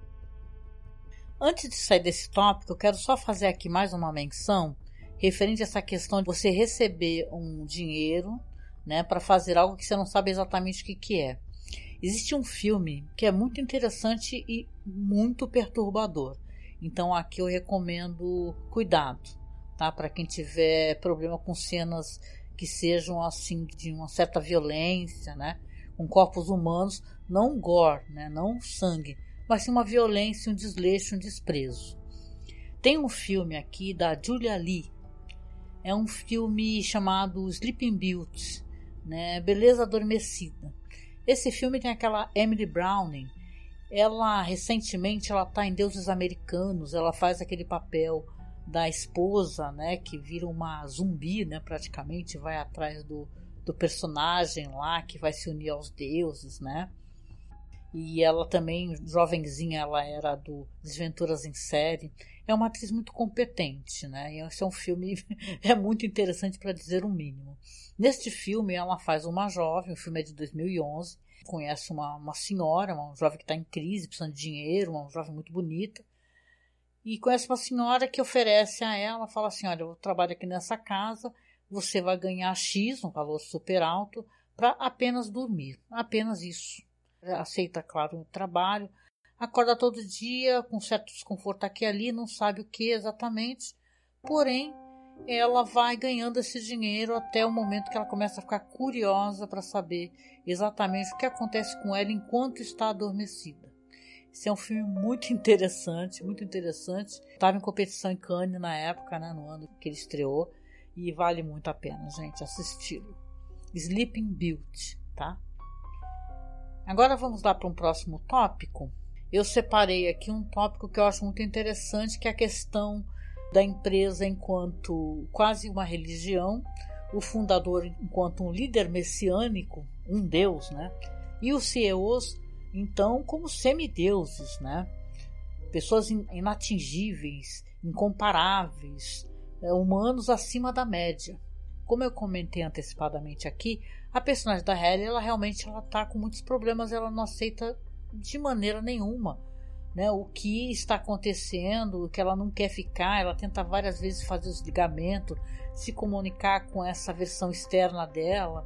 [SPEAKER 1] Antes de sair desse tópico, eu quero só fazer aqui mais uma menção referente a essa questão de você receber um dinheiro, né, para fazer algo que você não sabe exatamente o que, que é. Existe um filme que é muito interessante e muito perturbador. Então aqui eu recomendo cuidado, tá? Para quem tiver problema com cenas que sejam assim de uma certa violência, né? Com corpos humanos, não gore, né? Não sangue, mas sim uma violência, um desleixo, um desprezo. Tem um filme aqui da Julia Lee, é um filme chamado Sleeping Beauty, né? Beleza Adormecida. Esse filme tem aquela Emily Browning. Ela recentemente ela está em Deuses Americanos. Ela faz aquele papel da esposa, né, que vira uma zumbi, né, praticamente vai atrás do, do personagem lá que vai se unir aos deuses, né? E ela também, jovenzinha, ela era do Desventuras em Série. É uma atriz muito competente, né? E esse é um filme é muito interessante para dizer o mínimo. Neste filme ela faz uma jovem, o filme é de dois mil e onze, conhece uma, uma senhora, uma jovem que está em crise, precisando de dinheiro, uma jovem muito bonita, e conhece uma senhora que oferece a ela, fala assim, olha, eu trabalho aqui nessa casa, você vai ganhar X, um valor super alto, para apenas dormir, apenas isso. Aceita, claro, o trabalho, acorda todo dia com certo desconforto aqui e ali, não sabe o que exatamente, porém ela vai ganhando esse dinheiro até o momento que ela começa a ficar curiosa para saber exatamente o que acontece com ela enquanto está adormecida. Esse é um filme muito interessante, muito interessante. Estava em competição em Cannes na época, né, no ano que ele estreou, e vale muito a pena, gente, assisti-lo. Sleeping Beauty, tá? Agora vamos lá para um próximo tópico. Eu separei aqui um tópico que eu acho muito interessante, que é a questão da empresa enquanto quase uma religião, o fundador enquanto um líder messiânico, um deus, né? E os C E Os, então, como semideuses, né? Pessoas inatingíveis, incomparáveis, humanos acima da média. Como eu comentei antecipadamente aqui, a personagem da Hayley, ela realmente ela está com muitos problemas, ela não aceita de maneira nenhuma, né, o que está acontecendo, o que ela não quer ficar, ela tenta várias vezes fazer os ligamentos, se comunicar com essa versão externa dela,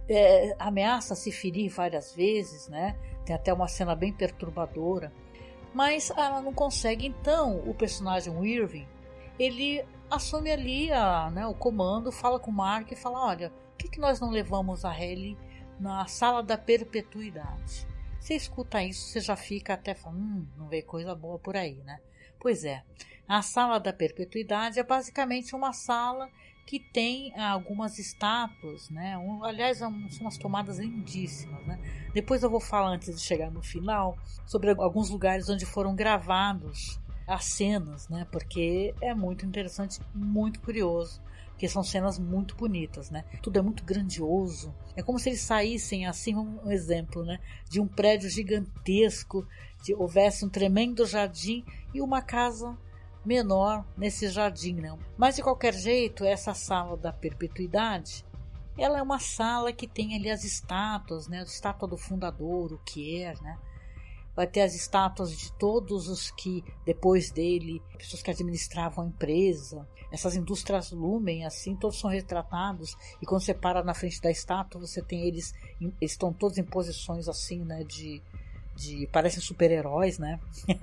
[SPEAKER 1] é, ameaça se ferir várias vezes, né, tem até uma cena bem perturbadora, mas ela não consegue. Então o personagem o Irving, ele assume ali a, né, o comando, fala com o Mark e fala, olha, por que, que nós não levamos a Hayley na sala da perpetuidade? Você escuta isso, você já fica até falando, hum, não vê coisa boa por aí, né? Pois é, a sala da perpetuidade é basicamente uma sala que tem algumas estátuas, né? Um, aliás, são umas tomadas lindíssimas, né? Depois eu vou falar, antes de chegar no final, sobre alguns lugares onde foram gravados as cenas, né? Porque é muito interessante, muito curioso. Porque são cenas muito bonitas, né? Tudo é muito grandioso. É como se eles saíssem, assim, um exemplo, né? De um prédio gigantesco, de houvesse um tremendo jardim e uma casa menor nesse jardim, né? Mas de qualquer jeito, essa sala da perpetuidade, ela é uma sala que tem ali as estátuas, né? A estátua do fundador, o Kier, né? Vai ter as estátuas de todos os que, depois dele, pessoas que administravam a empresa. Essas indústrias Lumen, assim, todos são retratados. E quando você para na frente da estátua, você tem eles, eles estão todos em posições assim, né, de, de parecem super-heróis, né?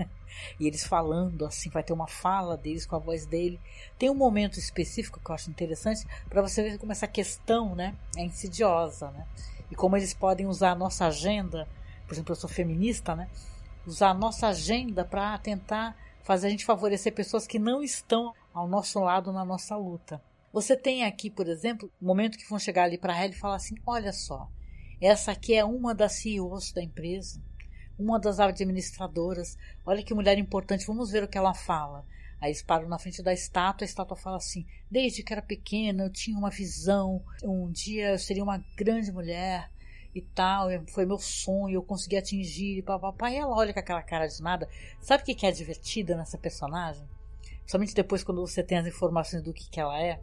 [SPEAKER 1] E eles falando, assim, vai ter uma fala deles com a voz dele. Tem um momento específico que eu acho interessante, para você ver como essa questão, né, é insidiosa, né? E como eles podem usar a nossa agenda. Por exemplo, eu sou feminista, né? Usar a nossa agenda para tentar fazer a gente favorecer pessoas que não estão ao nosso lado na nossa luta. Você tem aqui, por exemplo, o momento que vão chegar ali para a Hayley e falar assim, olha só, essa aqui é uma das C E Os da empresa, uma das administradoras, olha que mulher importante, vamos ver o que ela fala. Aí eles param na frente da estátua, a estátua fala assim, desde que era pequena eu tinha uma visão, um dia eu seria uma grande mulher, e tal, foi meu sonho, eu consegui atingir, e papapá, e ela olha com aquela cara de nada. Sabe o que é divertida nessa personagem? Somente depois, quando você tem as informações do que, que ela é,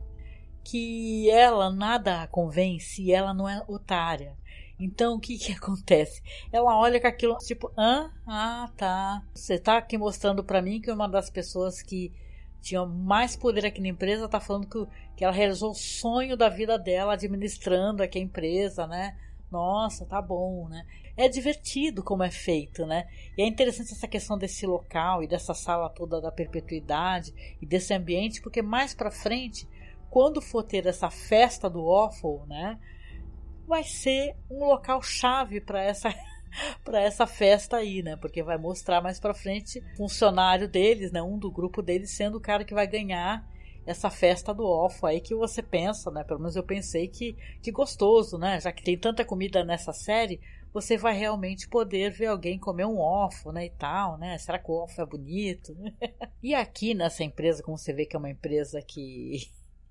[SPEAKER 1] que ela nada a convence e ela não é otária. Então, o que que acontece? Ela olha com aquilo, tipo, ah, ah, tá, você tá aqui mostrando pra mim que uma das pessoas que tinha mais poder aqui na empresa tá falando que, que ela realizou o sonho da vida dela administrando aqui a empresa, né? Nossa, tá bom, né? É divertido como é feito, né? E é interessante essa questão desse local e dessa sala toda da perpetuidade e desse ambiente, porque mais pra frente, quando for ter essa festa do waffle, né? Vai ser um local chave para essa para essa festa aí, né? Porque vai mostrar mais pra frente funcionário deles, né? Um do grupo deles sendo o cara que vai ganhar essa festa do waffle aí, que você pensa, né? Pelo menos eu pensei que, que gostoso, né? Já que tem tanta comida nessa série, você vai realmente poder ver alguém comer um waffle, né? E tal, né? Será que o waffle é bonito? E aqui nessa empresa, como você vê que é uma empresa que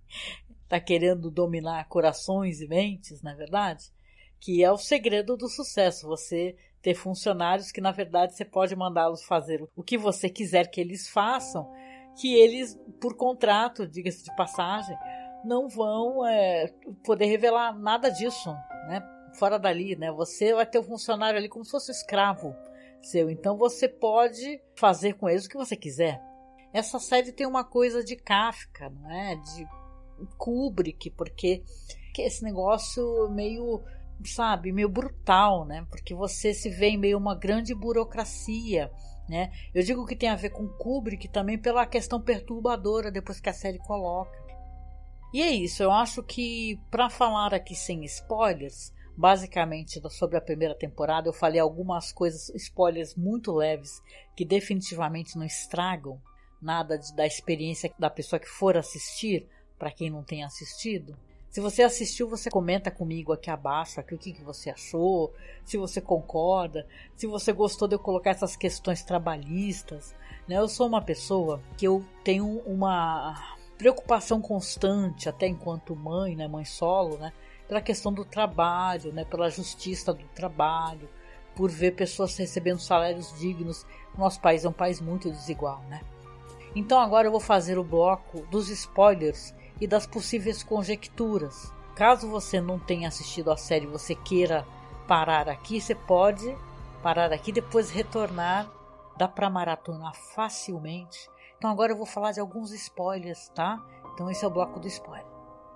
[SPEAKER 1] tá querendo dominar corações e mentes, na verdade, que é o segredo do sucesso, você ter funcionários que na verdade você pode mandá-los fazer o que você quiser que eles façam, que eles, por contrato, diga-se de passagem, não vão é, poder revelar nada disso, né? Fora dali, né? Você vai ter um funcionário ali como se fosse um escravo seu, então você pode fazer com eles o que você quiser. Essa série tem uma coisa de Kafka, não é? De Kubrick, porque que esse negócio meio, sabe, meio brutal, né? Porque você se vê em meio a uma grande burocracia, né? Eu digo que tem a ver com Kubrick também pela questão perturbadora depois que a série coloca. E é isso, eu acho que para falar aqui sem spoilers, basicamente sobre a primeira temporada, eu falei algumas coisas, spoilers muito leves, que definitivamente não estragam nada de, da experiência da pessoa que for assistir, para quem não tem assistido. Se você assistiu, você comenta comigo aqui abaixo aqui, o que, que você achou, se você concorda, se você gostou de eu colocar essas questões trabalhistas, né? Eu sou uma pessoa que eu tenho uma preocupação constante, até enquanto mãe, né, mãe solo, né, pela questão do trabalho, né, pela justiça do trabalho, por ver pessoas recebendo salários dignos. O nosso país é um país muito desigual, né? Então agora eu vou fazer o bloco dos spoilers e das possíveis conjecturas. Caso você não tenha assistido a série e você queira parar aqui, você pode parar aqui e depois retornar. Dá para maratonar facilmente. Então agora eu vou falar de alguns spoilers, tá? Então esse é o bloco do spoiler.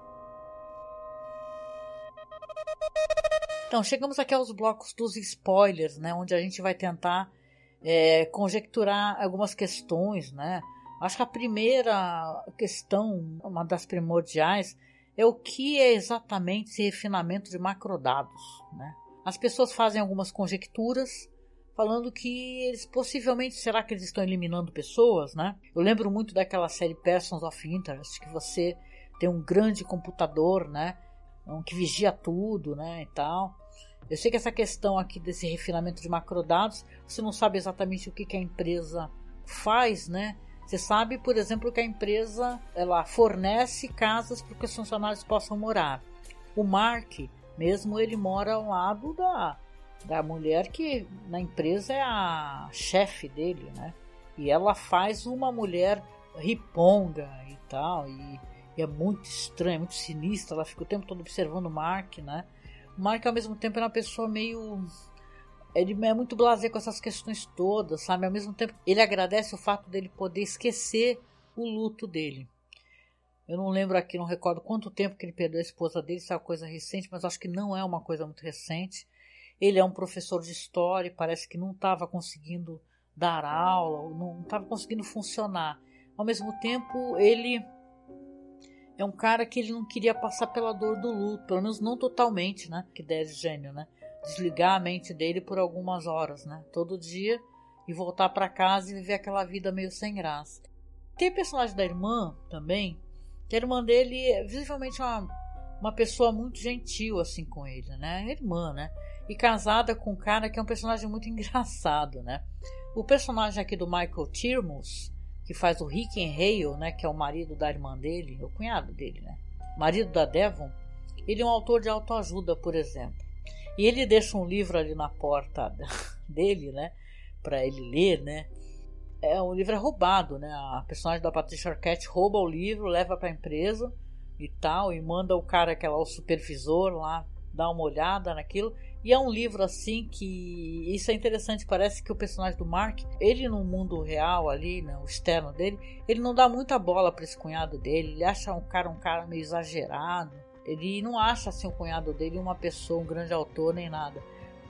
[SPEAKER 1] Então chegamos aqui aos blocos dos spoilers, né? Onde a gente vai tentar é, conjecturar algumas questões, né? Acho que a primeira questão, uma das primordiais, é o que é exatamente esse refinamento de macrodados, né? As pessoas fazem algumas conjecturas, falando que eles possivelmente, será que eles estão eliminando pessoas, né? Eu lembro muito daquela série Persons of Interest, que você tem um grande computador, né? Um que vigia tudo, né? E tal. Eu sei que essa questão aqui desse refinamento de macrodados, você não sabe exatamente o que, que a empresa faz, né? Você sabe, por exemplo, que a empresa ela fornece casas para que os funcionários possam morar. O Mark, mesmo ele mora ao lado da, da mulher que na empresa é a chefe dele, né? E ela faz uma mulher riponga e tal, e, e é muito estranha, muito sinistra. Ela fica o tempo todo observando o Mark, né? O Mark, ao mesmo tempo, é uma pessoa meio... Ele é muito blasé com essas questões todas, sabe? Ao mesmo tempo, ele agradece o fato dele poder esquecer o luto dele. Eu não lembro aqui, não recordo quanto tempo que ele perdeu a esposa dele, se é uma coisa recente, mas acho que não é uma coisa muito recente. Ele é um professor de história e parece que não estava conseguindo dar aula, não estava conseguindo funcionar. Ao mesmo tempo, ele é um cara que ele não queria passar pela dor do luto, pelo menos não totalmente, né? Que ideia de gênio, né? Desligar a mente dele por algumas horas, né? Todo dia, e voltar para casa e viver aquela vida meio sem graça. Tem o personagem da irmã também, que a irmã dele é visivelmente uma, uma pessoa muito gentil assim com ele, né? A irmã, né? E casada com um cara que é um personagem muito engraçado, né? O personagem aqui do Michael Tirmus, que faz o Rick and Hale, né? Que é o marido da irmã dele, o cunhado dele, né? Marido da Devon. Ele é um autor de autoajuda, por exemplo. E ele deixa um livro ali na porta dele, né? Para ele ler, né? É, o livro é roubado, né? A personagem da Patricia Arquette rouba o livro, leva para a empresa e tal, e manda o cara que é lá, o supervisor, lá dar uma olhada naquilo. E é um livro assim que... Isso é interessante, parece que o personagem do Mark, ele no mundo real ali, né, o externo dele, ele não dá muita bola para esse cunhado dele, ele acha um cara um cara meio exagerado. Ele não acha assim o cunhado dele uma pessoa, um grande autor nem nada.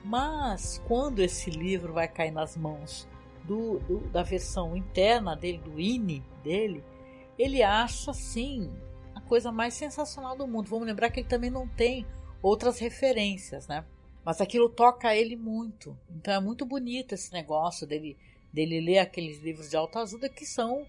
[SPEAKER 1] Mas quando esse livro vai cair nas mãos do, do, da versão interna dele, do I N I dele, ele acha assim a coisa mais sensacional do mundo. Vamos lembrar que ele também não tem outras referências, né? Mas aquilo toca ele muito. Então é muito bonito esse negócio dele, dele ler aqueles livros de autoajuda que são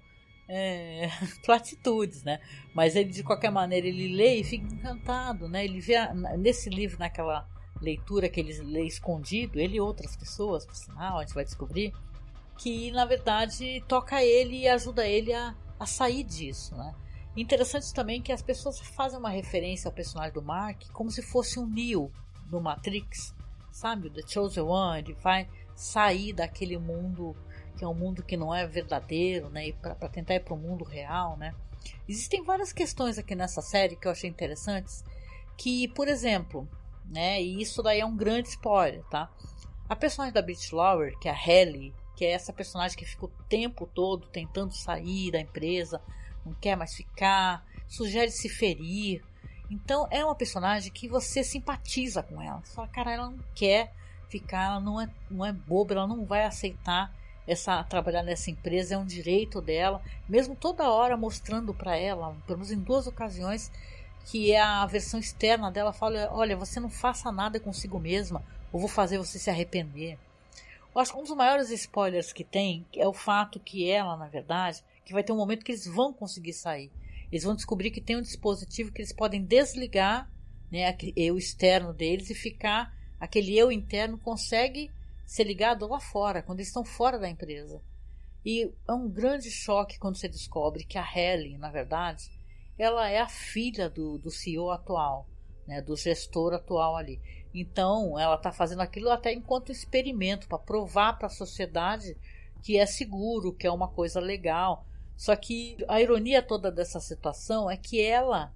[SPEAKER 1] é, platitudes, né? Mas ele, de qualquer maneira, ele lê e fica encantado, né? Ele vê nesse livro, naquela leitura que ele lê escondido, ele e outras pessoas, por sinal, a gente vai descobrir, que na verdade toca ele e ajuda ele a, a sair disso, né? Interessante também que as pessoas fazem uma referência ao personagem do Mark como se fosse um Neo do Matrix, sabe? O The Chosen One, ele vai sair daquele mundo que é um mundo que não é verdadeiro, né? E para tentar ir para o mundo real, né? Existem várias questões aqui nessa série que eu achei interessantes, que, por exemplo, né? E isso daí é um grande spoiler, tá? A personagem da Brit Lauer, que é a Halle, que é essa personagem que fica o tempo todo tentando sair da empresa, não quer mais ficar, sugere se ferir. Então é uma personagem que você simpatiza com ela. Você fala, cara, ela não quer ficar, ela não é, não é boba, ela não vai aceitar essa, trabalhar nessa empresa, é um direito dela. Mesmo toda hora mostrando para ela, pelo menos em duas ocasiões, que é a versão externa dela, fala, olha, você não faça nada consigo mesma, eu vou fazer você se arrepender. Eu acho que um dos maiores spoilers que tem é o fato que ela, na verdade, que vai ter um momento que eles vão conseguir sair. Eles vão descobrir que tem um dispositivo que eles podem desligar, né, o eu externo deles e ficar, aquele eu interno consegue ser ligado lá fora, quando eles estão fora da empresa. E é um grande choque quando você descobre que a Halle, na verdade, ela é a filha do, do C E O atual, né, do gestor atual ali. Então, ela está fazendo aquilo até enquanto experimento, para provar para a sociedade que é seguro, que é uma coisa legal. Só que a ironia toda dessa situação é que ela,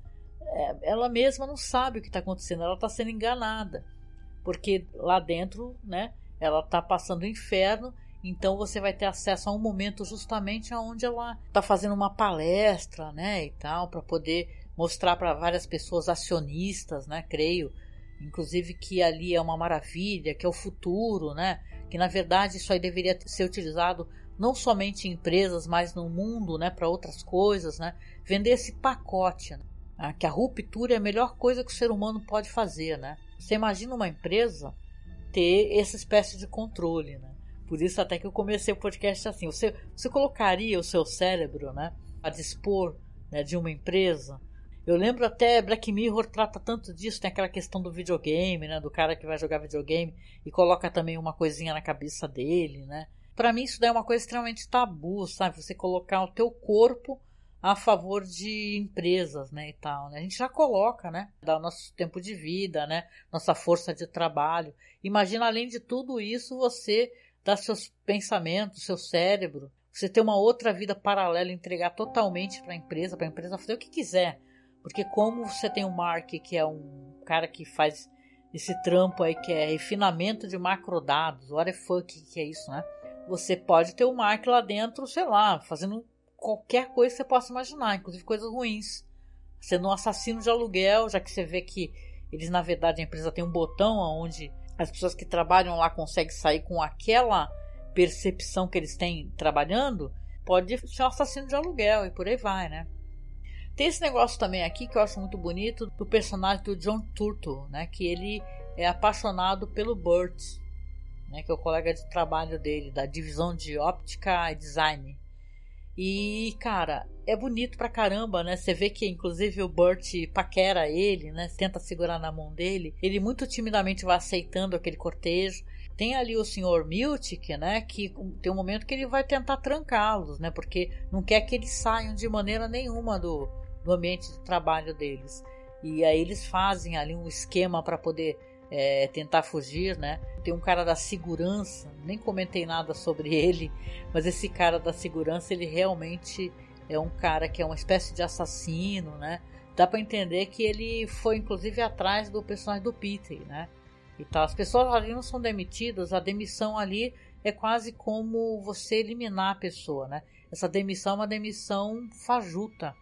[SPEAKER 1] ela mesma não sabe o que está acontecendo, ela está sendo enganada. Porque lá dentro, né, ela está passando o inferno, então você vai ter acesso a um momento justamente onde ela está fazendo uma palestra, né, e tal, para poder mostrar para várias pessoas acionistas, né, creio, inclusive que ali é uma maravilha, que é o futuro, né, que na verdade isso aí deveria ser utilizado não somente em empresas, mas no mundo, né, para outras coisas, né, vender esse pacote, né, que a ruptura é a melhor coisa que o ser humano pode fazer, né. Você imagina uma empresa ter essa espécie de controle, né. Por isso até que eu comecei o podcast assim, você, você colocaria o seu cérebro, né, a dispor, né, de uma empresa? Eu lembro até Black Mirror trata tanto disso, tem aquela questão do videogame, né, do cara que vai jogar videogame e coloca também uma coisinha na cabeça dele, né. Para mim isso daí é uma coisa extremamente tabu, sabe? Você colocar o teu corpo a favor de empresas, né, e tal, né? A gente já coloca, né, dá o nosso tempo de vida, né, nossa força de trabalho. Imagina, além de tudo isso, você dar seus pensamentos, seu cérebro, você ter uma outra vida paralela, entregar totalmente para a empresa, para a empresa fazer o que quiser. Porque como você tem o Mark, que é um cara que faz esse trampo aí, que é refinamento de macrodados, what the fuck que é isso, né? Você pode ter o Mark lá dentro, sei lá, fazendo qualquer coisa que você possa imaginar, inclusive coisas ruins. Sendo um assassino de aluguel, já que você vê que eles, na verdade, a empresa tem um botão onde as pessoas que trabalham lá conseguem sair com aquela percepção que eles têm trabalhando, pode ser um assassino de aluguel e por aí vai, né? Tem esse negócio também aqui que eu acho muito bonito do personagem do John Turturro, né? Que ele é apaixonado pelo Burt, né, que é o colega de trabalho dele, da divisão de óptica e design. E, cara, é bonito pra caramba, né? Você vê que, inclusive, o Burt paquera ele, né? Tenta segurar na mão dele. Ele muito timidamente vai aceitando aquele cortejo. Tem ali o senhor Miltic, né? Que tem um momento que ele vai tentar trancá-los, né? Porque não quer que eles saiam de maneira nenhuma do, do ambiente de trabalho deles. E aí eles fazem ali um esquema para poder É, tentar fugir, né? Tem um cara da segurança, nem comentei nada sobre ele, mas esse cara da segurança, ele realmente é um cara que é uma espécie de assassino, né? Dá para entender que ele foi inclusive atrás do personagem do Peter, né? E tal. As pessoas ali não são demitidas, a demissão ali é quase como você eliminar a pessoa, né? Essa demissão é uma demissão fajuta,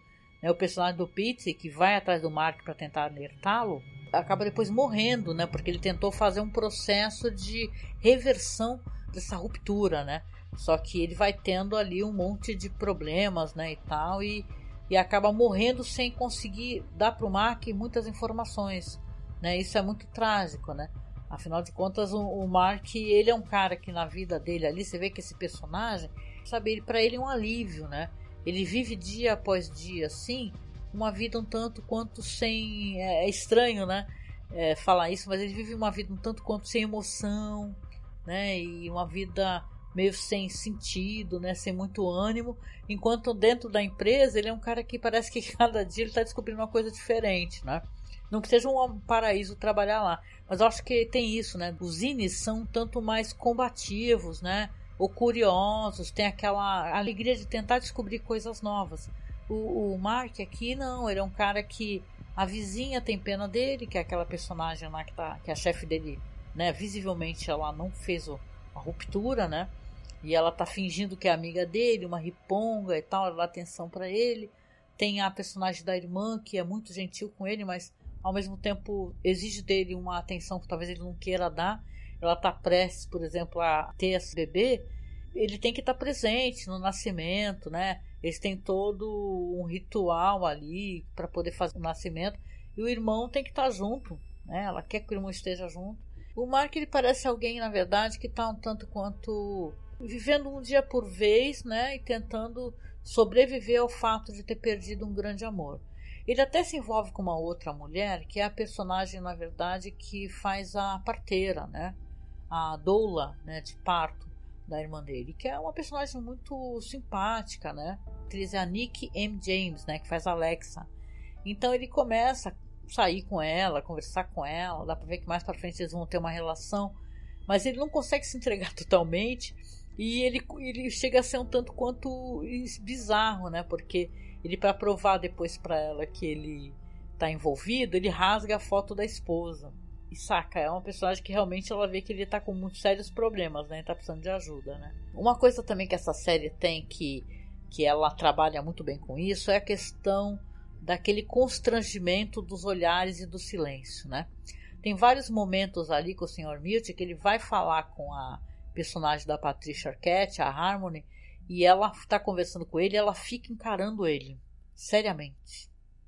[SPEAKER 1] né? O personagem do Pete, que vai atrás do Mark para tentar alertá-lo, acaba depois morrendo, né? Porque ele tentou fazer um processo de reversão dessa ruptura, né? Só que ele vai tendo ali um monte de problemas, né, e tal, e, e acaba morrendo sem conseguir dar para o Mark muitas informações, né? Isso é muito trágico, né? Afinal de contas, o, o Mark, ele é um cara que na vida dele ali, você vê que esse personagem, sabe, para ele é um alívio, né? Ele vive dia após dia, assim, uma vida um tanto quanto sem... É, é estranho, né? É, falar isso, mas ele vive uma vida um tanto quanto sem emoção, né? E uma vida meio sem sentido, né? Sem muito ânimo, enquanto dentro da empresa ele é um cara que parece que cada dia ele está descobrindo uma coisa diferente, né? Não que seja um paraíso trabalhar lá, mas eu acho que tem isso, né? Os zines são um tanto mais combativos, né? Ou curiosos, tem aquela alegria de tentar descobrir coisas novas. O, o Mark aqui não, ele é um cara que a vizinha tem pena dele, que é aquela personagem lá que, tá, que é a chefe dele, né? Visivelmente ela não fez o, a ruptura, né? E ela tá fingindo que é amiga dele, uma riponga e tal, ela dá atenção para ele. Tem a personagem da irmã, que é muito gentil com ele, mas ao mesmo tempo exige dele uma atenção que talvez ele não queira dar. Ela tá prestes, por exemplo, a ter esse bebê, ele tem que estar presente no nascimento, né? Eles têm todo um ritual ali para poder fazer o nascimento, e o irmão tem que estar junto, né? Ela quer que o irmão esteja junto. O Mark, ele parece alguém, na verdade, que está um tanto quanto vivendo um dia por vez, né? E tentando sobreviver ao fato de ter perdido um grande amor. Ele até se envolve com uma outra mulher, que é a personagem, na verdade, que faz a parteira, né? A doula, né, de parto da irmã dele, que é uma personagem muito simpática, né? A atriz é a Nick M. James, né, que faz a Alexa. Então ele começa a sair com ela, conversar com ela, dá pra ver que mais pra frente eles vão ter uma relação, mas ele não consegue se entregar totalmente, e ele, ele chega a ser um tanto quanto bizarro, né? Porque ele, para provar depois para ela que ele tá envolvido, ele rasga a foto da esposa. E saca, é uma personagem que realmente ela vê que ele tá com muitos sérios problemas, né? Ele tá precisando de ajuda, né? Uma coisa também que essa série tem, que, que ela trabalha muito bem com isso, é a questão daquele constrangimento dos olhares e do silêncio, né? Tem vários momentos ali com o senhor Milt que ele vai falar com a personagem da Patricia Arquette, a Harmony, e ela está conversando com ele e ela fica encarando ele, seriamente,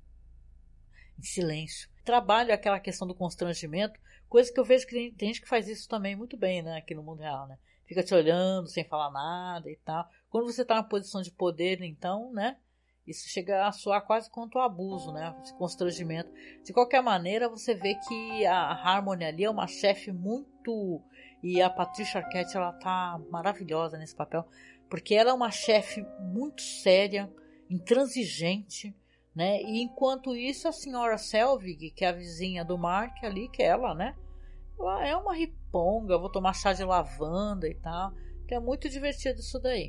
[SPEAKER 1] em silêncio. Trabalho aquela questão do constrangimento, coisa que eu vejo que tem, tem gente que faz isso também muito bem, né, aqui no mundo real, né? Fica te olhando sem falar nada e tal. Quando você está na posição de poder, então, né, isso chega a soar quase quanto abuso, né, esse constrangimento. De qualquer maneira, você vê que a Harmony ali é uma chefe muito... E a Patricia Arquette, ela tá maravilhosa nesse papel, porque ela é uma chefe muito séria, intransigente, né? E enquanto isso, a senhora Selvig, que é a vizinha do Mark ali, que é ela, né? Ela é uma riponga, vou tomar chá de lavanda e tal. Então é muito divertido isso daí.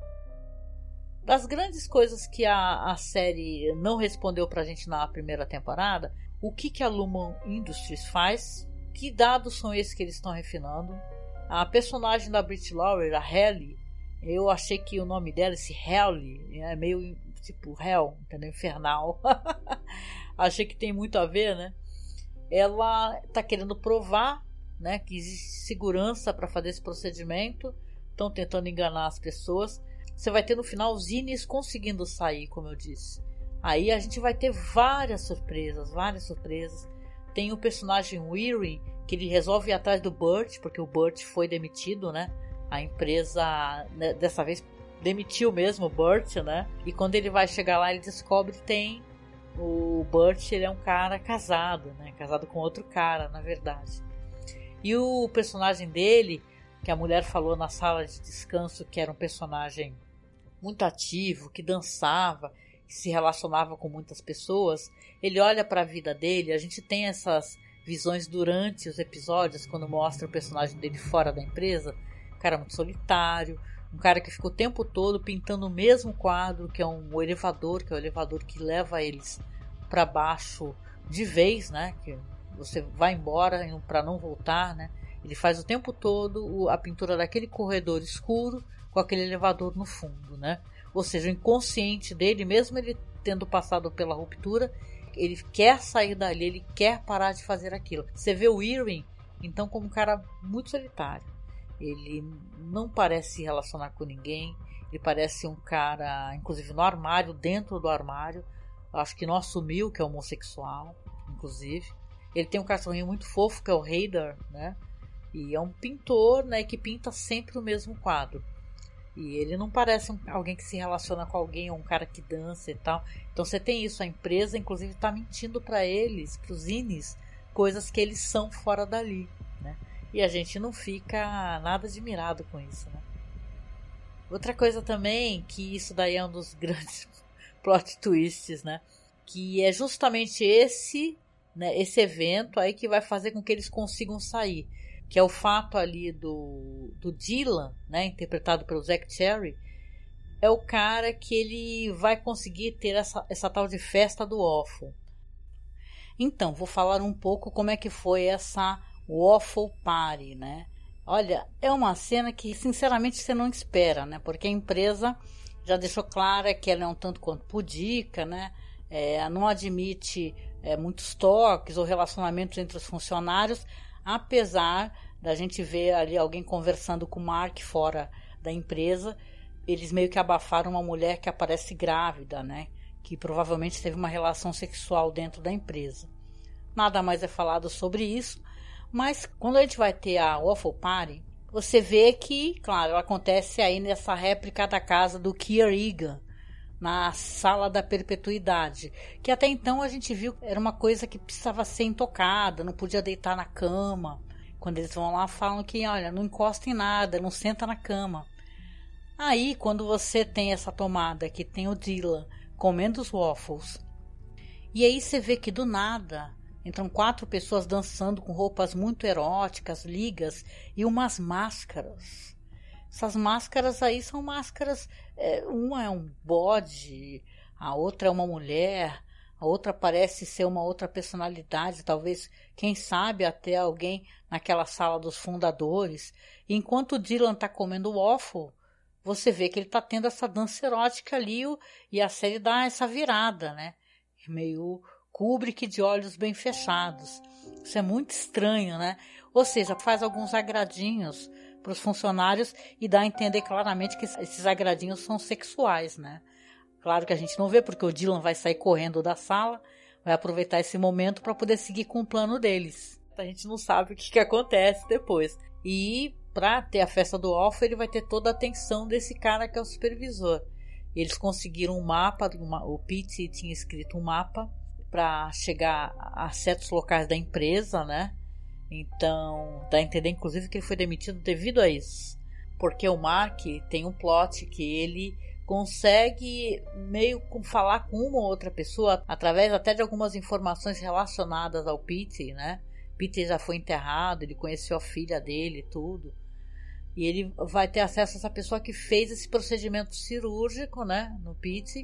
[SPEAKER 1] Das grandes coisas que a, a série não respondeu pra gente na primeira temporada, o que, que a Lumon Industries faz? Que dados são esses que eles estão refinando? A personagem da Brit Lawler, a Halle, eu achei que o nome dela, esse Halle, é meio tipo Hell, entendeu? Infernal. Achei que tem muito a ver, né? Ela está querendo provar, né, que existe segurança para fazer esse procedimento. Estão tentando enganar as pessoas. Você vai ter no final os zines conseguindo sair, como eu disse. Aí a gente vai ter várias surpresas, várias surpresas. Tem o personagem Weary, que ele resolve ir atrás do Burt, porque o Burt foi demitido, né? A empresa, né, dessa vez, demitiu mesmo o Burt, né? E quando ele vai chegar lá, ele descobre que tem... O Burt, ele é um cara casado, né? Casado com outro cara, na verdade. E o personagem dele, que a mulher falou na sala de descanso, que era um personagem muito ativo, que dançava, que se relacionava com muitas pessoas, ele olha para a vida dele. A gente tem essas visões durante os episódios, quando mostra o personagem dele fora da empresa, um cara muito solitário, um cara que fica o tempo todo pintando o mesmo quadro, que é um o elevador, que é o elevador que leva eles para baixo de vez, né? Que você vai embora para não voltar, né? Ele faz o tempo todo a pintura daquele corredor escuro com aquele elevador no fundo, né? Ou seja, o inconsciente dele, mesmo ele tendo passado pela ruptura, ele quer sair dali, ele quer parar de fazer aquilo. Você vê o Irving, então, como um cara muito solitário. Ele não parece se relacionar com ninguém, ele parece um cara, inclusive no armário, dentro do armário, acho que não assumiu que é homossexual, inclusive. Ele tem um cachorrinho muito fofo, que é o Hader, né? E é um pintor, né, que pinta sempre o mesmo quadro. E ele não parece um, alguém que se relaciona com alguém, ou um cara que dança e tal. Então você tem isso, a empresa inclusive está mentindo para eles, para os zines, coisas que eles são fora dali, né? E a gente não fica nada admirado com isso, né? Outra coisa também, que isso daí é um dos grandes plot twists, né? Que é justamente esse, né, esse evento aí que vai fazer com que eles consigam sair. Que é o fato ali do, do Dylan, né, interpretado pelo Zack Cherry, é o cara que ele vai conseguir ter essa, essa tal de festa do waffle. Então, vou falar um pouco como é que foi essa waffle party, né? Olha, é uma cena que sinceramente você não espera, né? Porque a empresa já deixou clara que ela é um tanto quanto pudica, né? É, não admite é, muitos toques ou relacionamentos entre os funcionários, apesar da gente ver ali alguém conversando com o Mark fora da empresa. Eles meio que abafaram uma mulher que aparece grávida, né? Que provavelmente teve uma relação sexual dentro da empresa. Nada mais é falado sobre isso, mas quando a gente vai ter a Waffle Party, você vê que, claro, ela acontece aí nessa réplica da casa do Kier Egan, na Sala da Perpetuidade, que até então a gente viu que era uma coisa que precisava ser intocada, não podia deitar na cama. Quando eles vão lá, falam que, olha, não encosta em nada, não senta na cama. Aí, quando você tem essa tomada que tem o Dylan comendo os waffles, e aí você vê que do nada entram quatro pessoas dançando com roupas muito eróticas, ligas e umas máscaras. Essas máscaras aí são máscaras, é, uma é um bode, a outra é uma mulher, a outra parece ser uma outra personalidade, talvez, quem sabe, até alguém naquela sala dos fundadores. E enquanto o Dylan está comendo o waffle, você vê que ele está tendo essa dança erótica ali e a série dá essa virada, né? Meio Kubrick de olhos bem fechados. Isso é muito estranho, né? Ou seja, faz alguns agradinhos para os funcionários e dá a entender claramente que esses agradinhos são sexuais, né? Claro que a gente não vê, porque o Dylan vai sair correndo da sala, vai aproveitar esse momento para poder seguir com o plano deles. A gente não sabe o que, que acontece depois. E para ter a festa do waffle, ele vai ter toda a atenção desse cara que é o supervisor. Eles conseguiram um mapa, uma, o Pete tinha escrito um mapa para chegar a certos locais da empresa, né? Então, dá a entender, inclusive, que ele foi demitido devido a isso. Porque o Mark tem um plot que ele consegue meio com falar com uma ou outra pessoa, através até de algumas informações relacionadas ao Pete, né? Pete já foi enterrado, ele conheceu a filha dele e tudo. E ele vai ter acesso a essa pessoa que fez esse procedimento cirúrgico, né? No Pete.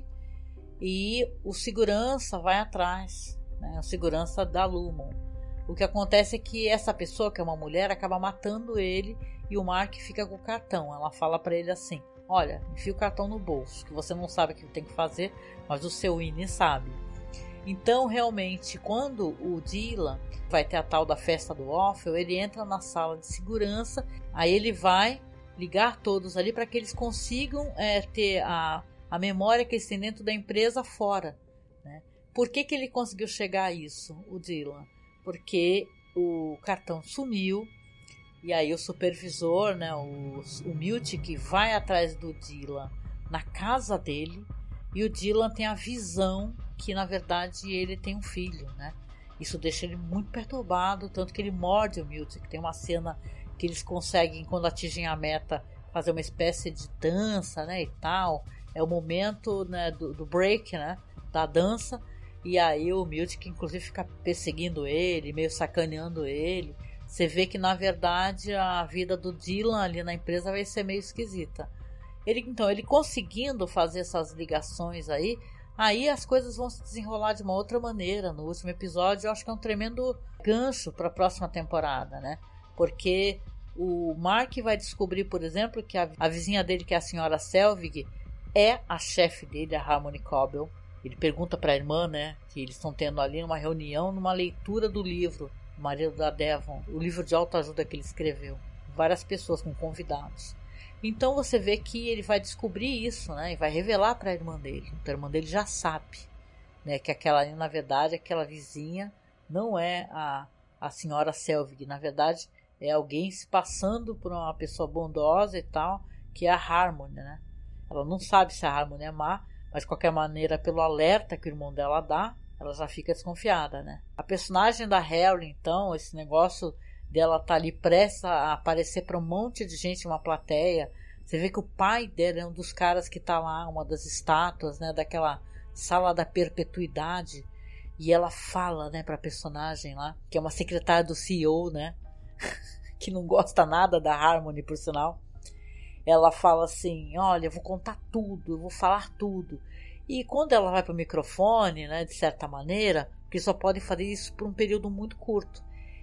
[SPEAKER 1] E o segurança vai atrás, né? O segurança da Lumon. O que acontece é que essa pessoa, que é uma mulher, acaba matando ele e o Mark fica com o cartão. Ela fala para ele assim: olha, enfia o cartão no bolso, que você não sabe o que tem que fazer, mas o seu Winnie sabe. Então, realmente, quando o Dylan vai ter a tal da festa do waffle, ele entra na sala de segurança, aí ele vai ligar todos ali para que eles consigam é, ter a, a memória que eles têm dentro da empresa fora, né? Por que que ele conseguiu chegar a isso, o Dylan? Porque o cartão sumiu, e aí o supervisor, né, o, o Miltic, vai atrás do Dylan na casa dele, e o Dylan tem a visão que, na verdade, ele tem um filho, né? Isso deixa ele muito perturbado, tanto que ele morde o Miltic. Tem uma cena que eles conseguem, quando atingem a meta, fazer uma espécie de dança, né, e tal. É o momento, né, do, do break, né, da dança. E aí o Miltic, inclusive, fica perseguindo ele, meio sacaneando ele. Você vê que, na verdade, a vida do Dylan ali na empresa vai ser meio esquisita. Ele, então, ele conseguindo fazer essas ligações aí, aí as coisas vão se desenrolar de uma outra maneira. No último episódio, eu acho que é um tremendo gancho para a próxima temporada, né? Porque o Mark vai descobrir, por exemplo, que a, a vizinha dele, que é a senhora Selvig, é a chefe dele, a Harmony Cobbell. ele pergunta para a irmã, né, que eles estão tendo ali uma reunião, numa leitura do livro, o marido da Devon, o livro de autoajuda que ele escreveu. Várias pessoas com convidados. Então você vê que ele vai descobrir isso, né, e vai revelar para a irmã dele. Então a irmã dele já sabe, né, que aquela, na verdade, aquela vizinha não é a, a senhora Selvig, na verdade é alguém se passando por uma pessoa bondosa e tal, que é a Harmony, né. Ela não sabe se a Harmony é má, mas de qualquer maneira, pelo alerta que o irmão dela dá, ela já fica desconfiada, né. A personagem da Harry, então, esse negócio dela tá ali prestes a aparecer para um monte de gente, uma plateia. Você vê que o pai dela é um dos caras que tá lá, uma das estátuas, né, daquela sala da perpetuidade, e ela fala, né, pra personagem lá, que é uma secretária do C E O, né, que não gosta nada da Harmony, por sinal. Ela fala assim, olha, eu vou contar tudo, eu vou falar tudo. E quando ela vai pro microfone, né, de certa maneira, porque só pode fazer isso por um período muito curto,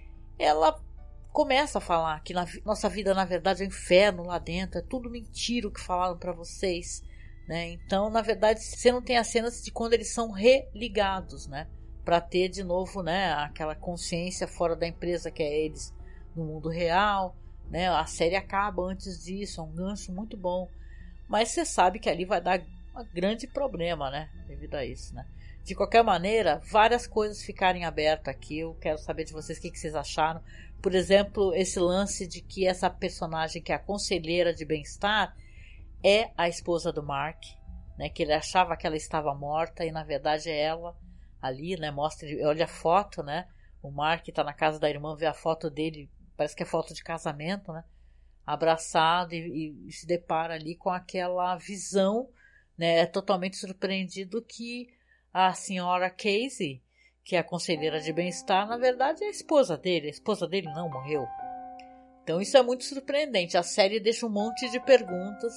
[SPEAKER 1] ela começa a falar que na, nossa vida na verdade é um inferno lá dentro, é tudo mentira o que falaram para vocês, né? Então na verdade você não tem as cenas de quando eles são religados, né, para ter de novo, né, aquela consciência fora da empresa que é eles no mundo real, né? A série acaba antes disso, é um gancho muito bom, mas você sabe que ali vai dar um grande problema, né, devido a isso, né? De qualquer maneira, várias coisas ficarem abertas aqui. Eu quero saber de vocês o que vocês acharam. Por exemplo, esse lance de que essa personagem, que é a conselheira de bem-estar, é a esposa do Mark, né? Que ele achava que ela estava morta e na verdade é ela ali, né? Mostra, olha a foto, né? O Mark está na casa da irmã, vê a foto dele, parece que é foto de casamento, né? Abraçado e, e se depara ali com aquela visão, né? É totalmente surpreendido que a senhora Casey, que é a conselheira de bem-estar, na verdade é a esposa dele. A esposa dele não morreu. Então isso é muito surpreendente. A série deixa um monte de perguntas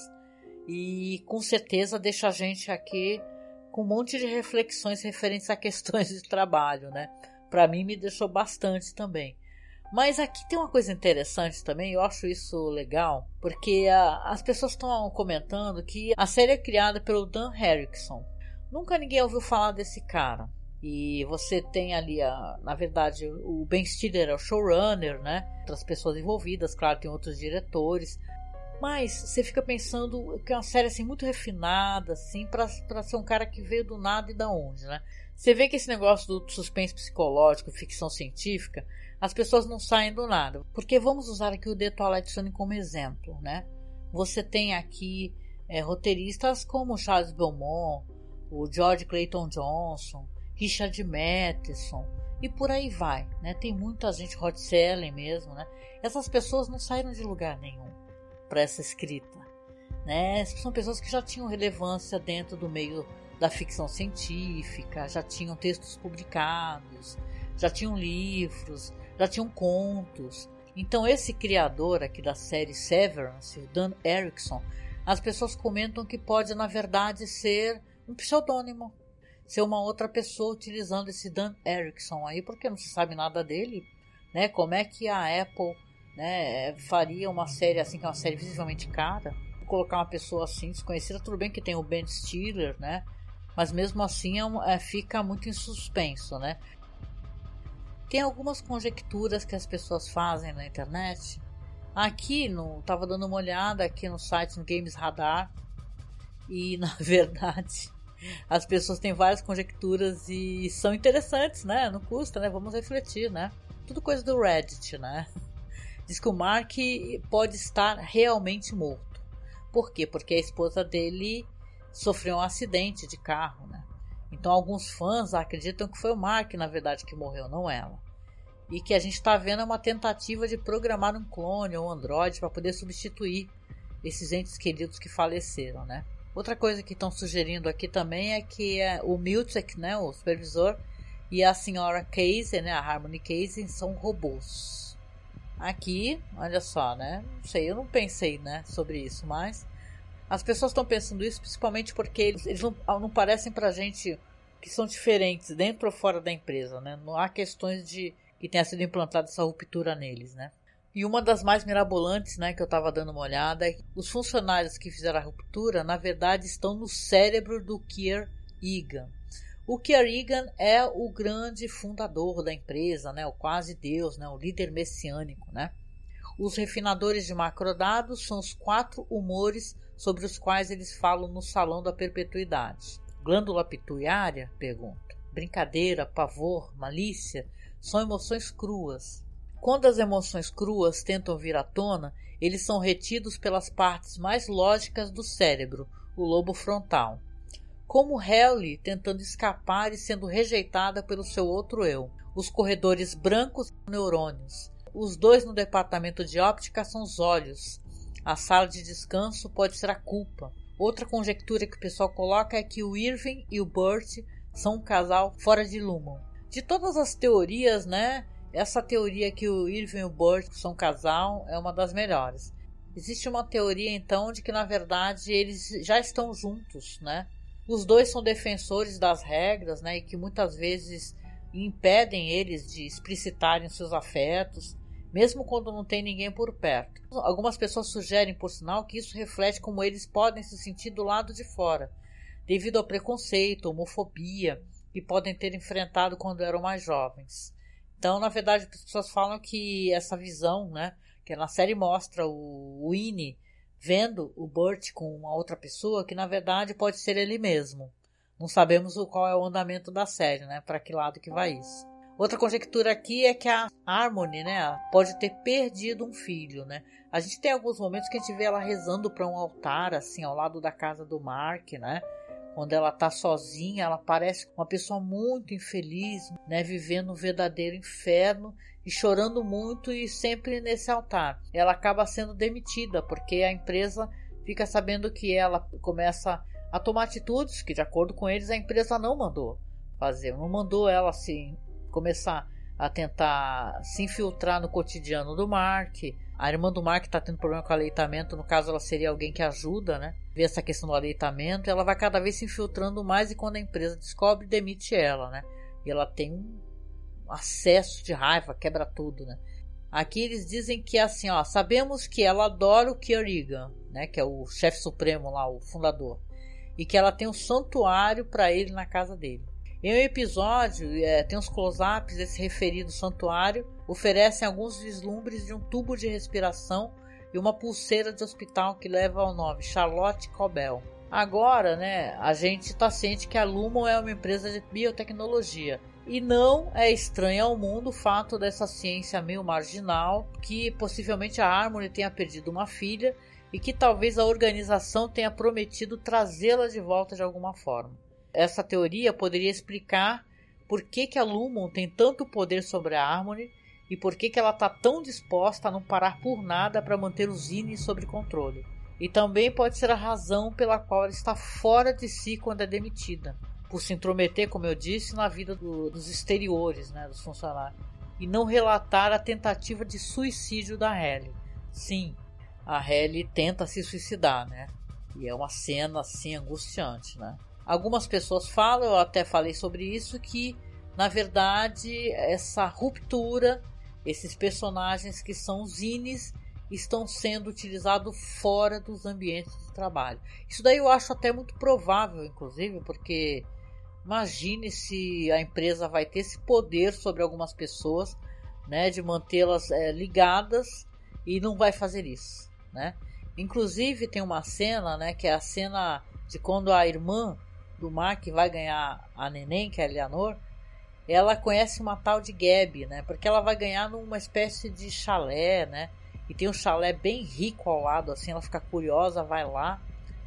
[SPEAKER 1] e com certeza deixa a gente aqui com um monte de reflexões referentes a questões de trabalho, né? Para mim me deixou bastante também. Mas aqui tem uma coisa interessante também, eu acho isso legal, porque a, as pessoas estão comentando que a série é criada pelo Dan Erickson. Nunca ninguém ouviu falar desse cara. E você tem ali, a, na verdade, o Ben Stiller é o showrunner, né? Outras pessoas envolvidas, claro, tem outros diretores. Mas você fica pensando que é uma série assim, muito refinada, assim, pra, pra ser um cara que veio do nada e da onde, né? Você vê que esse negócio do suspense psicológico, ficção científica, as pessoas não saem do nada. Porque vamos usar aqui o The Twilight Zone como exemplo, né? Você tem aqui é, roteiristas como Charles Beaumont, o George Clayton Johnson, Richard Matheson e por aí vai, né? Tem muita gente, Rod Serling mesmo, né? Essas pessoas não saíram de lugar nenhum para essa escrita, né? São pessoas que já tinham relevância dentro do meio da ficção científica, já tinham textos publicados, já tinham livros, já tinham contos. Então esse criador aqui da série Severance, o Dan Erickson, as pessoas comentam que pode na verdade ser um pseudônimo, ser uma outra pessoa utilizando esse Dan Erickson aí, porque não se sabe nada dele, né? Como é que a Apple, né, faria uma série assim, que é uma série visivelmente cara, colocar uma pessoa assim desconhecida? Tudo bem que tem o Ben Stiller, né? Mas mesmo assim é, um, é, fica muito em suspenso, né? Tem algumas conjecturas que as pessoas fazem na internet. Aqui, no, tava dando uma olhada aqui no site no Games Radar e na verdade as pessoas têm várias conjecturas e são interessantes, né? Não custa, né? Vamos refletir, né? Tudo coisa do Reddit, né? Diz que o Mark pode estar realmente morto. Por quê? Porque a esposa dele sofreu um acidente de carro, né? Então alguns fãs acreditam que foi o Mark, na verdade, que morreu, não ela. E que a gente está vendo é uma tentativa de programar um clone ou um androide para poder substituir esses entes queridos que faleceram, né? Outra coisa que estão sugerindo aqui também é que é, o Miltech, né, o supervisor, e a senhora Casey, né, a Harmony Casey, são robôs. Aqui, olha só, né, não sei, eu não pensei, né, sobre isso, mas as pessoas estão pensando isso principalmente porque eles, eles não, não parecem pra gente que são diferentes dentro ou fora da empresa, né, não há questões de que tenha sido implantada essa ruptura neles, né. E uma das mais mirabolantes, né, que eu estava dando uma olhada, é que os funcionários que fizeram a ruptura, na verdade, estão no cérebro do Kier Egan. O Kerrigan é o grande fundador da empresa, né? O quase Deus, né? O líder messiânico, né? Os refinadores de macrodados são os quatro humores sobre os quais eles falam no Salão da Perpetuidade. Glândula pituitária? Pergunta. Brincadeira, pavor, malícia são emoções cruas. Quando as emoções cruas tentam vir à tona, eles são retidos pelas partes mais lógicas do cérebro, o lobo frontal. Como Hallie tentando escapar e sendo rejeitada pelo seu outro eu. Os corredores brancos são neurônios. Os dois no departamento de óptica são os olhos. A sala de descanso pode ser a culpa. Outra conjectura que o pessoal coloca é que o Irving e o Burt são um casal fora de Lumon. De todas as teorias, né, essa teoria que o Irving e o Burt são um casal é uma das melhores. Existe uma teoria, então, de que, na verdade, eles já estão juntos, né? Os dois são defensores das regras, né, e que muitas vezes impedem eles de explicitarem seus afetos, mesmo quando não tem ninguém por perto. Algumas pessoas sugerem, por sinal, que isso reflete como eles podem se sentir do lado de fora, devido ao preconceito, homofobia, que podem ter enfrentado quando eram mais jovens. Então, na verdade, as pessoas falam que essa visão, né, que na série mostra o Winnie vendo o Burt com uma outra pessoa, que na verdade pode ser ele mesmo. Não sabemos qual é o andamento da série, né? Para que lado que vai isso. Outra conjectura aqui é que a Harmony, né, pode ter perdido um filho, né? A gente tem alguns momentos que a gente vê ela rezando para um altar, assim, ao lado da casa do Mark, né? Quando ela tá sozinha, ela parece uma pessoa muito infeliz, né? Vivendo um verdadeiro inferno e chorando muito e sempre nesse altar. Ela acaba sendo demitida porque a empresa fica sabendo que ela começa a tomar atitudes que, de acordo com eles, a empresa não mandou fazer. Não mandou ela assim, começar a tentar se infiltrar no cotidiano do Mark. A irmã do Mark está tendo problema com o aleitamento. No caso, ela seria alguém que ajuda, né? Ver essa questão do aleitamento. Ela vai cada vez se infiltrando mais e quando a empresa descobre, demite ela, né? E ela tem um acesso de raiva, quebra tudo, né? Aqui eles dizem que assim, ó, sabemos que ela adora o Kerrigan, né? Que é o chefe supremo lá, o fundador. E que ela tem um santuário para ele na casa dele. Em um episódio, é, tem uns close-ups desse referido santuário, oferecem alguns vislumbres de um tubo de respiração e uma pulseira de hospital que leva ao nome Charlotte Cobell. Agora, né, a gente está ciente que a Lumon é uma empresa de biotecnologia e não é estranho ao mundo o fato dessa ciência meio marginal, que possivelmente a Harmony tenha perdido uma filha e que talvez a organização tenha prometido trazê-la de volta de alguma forma. Essa teoria poderia explicar por que, que a Lumon tem tanto poder sobre a Harmony e por que, que ela está tão disposta a não parar por nada para manter os Ines sob controle. E também pode ser a razão pela qual ela está fora de si quando é demitida, por se intrometer, como eu disse, na vida do, dos exteriores, né, dos funcionários, e não relatar a tentativa de suicídio da Hallie. Sim, a Hallie tenta se suicidar, né? E é uma cena assim angustiante, né? Algumas pessoas falam, eu até falei sobre isso, que na verdade essa ruptura, esses personagens que são os Ines, estão sendo utilizados fora dos ambientes de trabalho. Isso daí eu acho até muito provável, inclusive, porque imagine se a empresa vai ter esse poder sobre algumas pessoas, né, de mantê-las é, ligadas e não vai fazer isso, né? Inclusive tem uma cena, né, que é a cena de quando a irmã do Mark vai ganhar a neném, que é a Eleanor, ela conhece uma tal de Gabi, né? Porque ela vai ganhar numa espécie de chalé, né? E tem um chalé bem rico ao lado, assim, ela fica curiosa, vai lá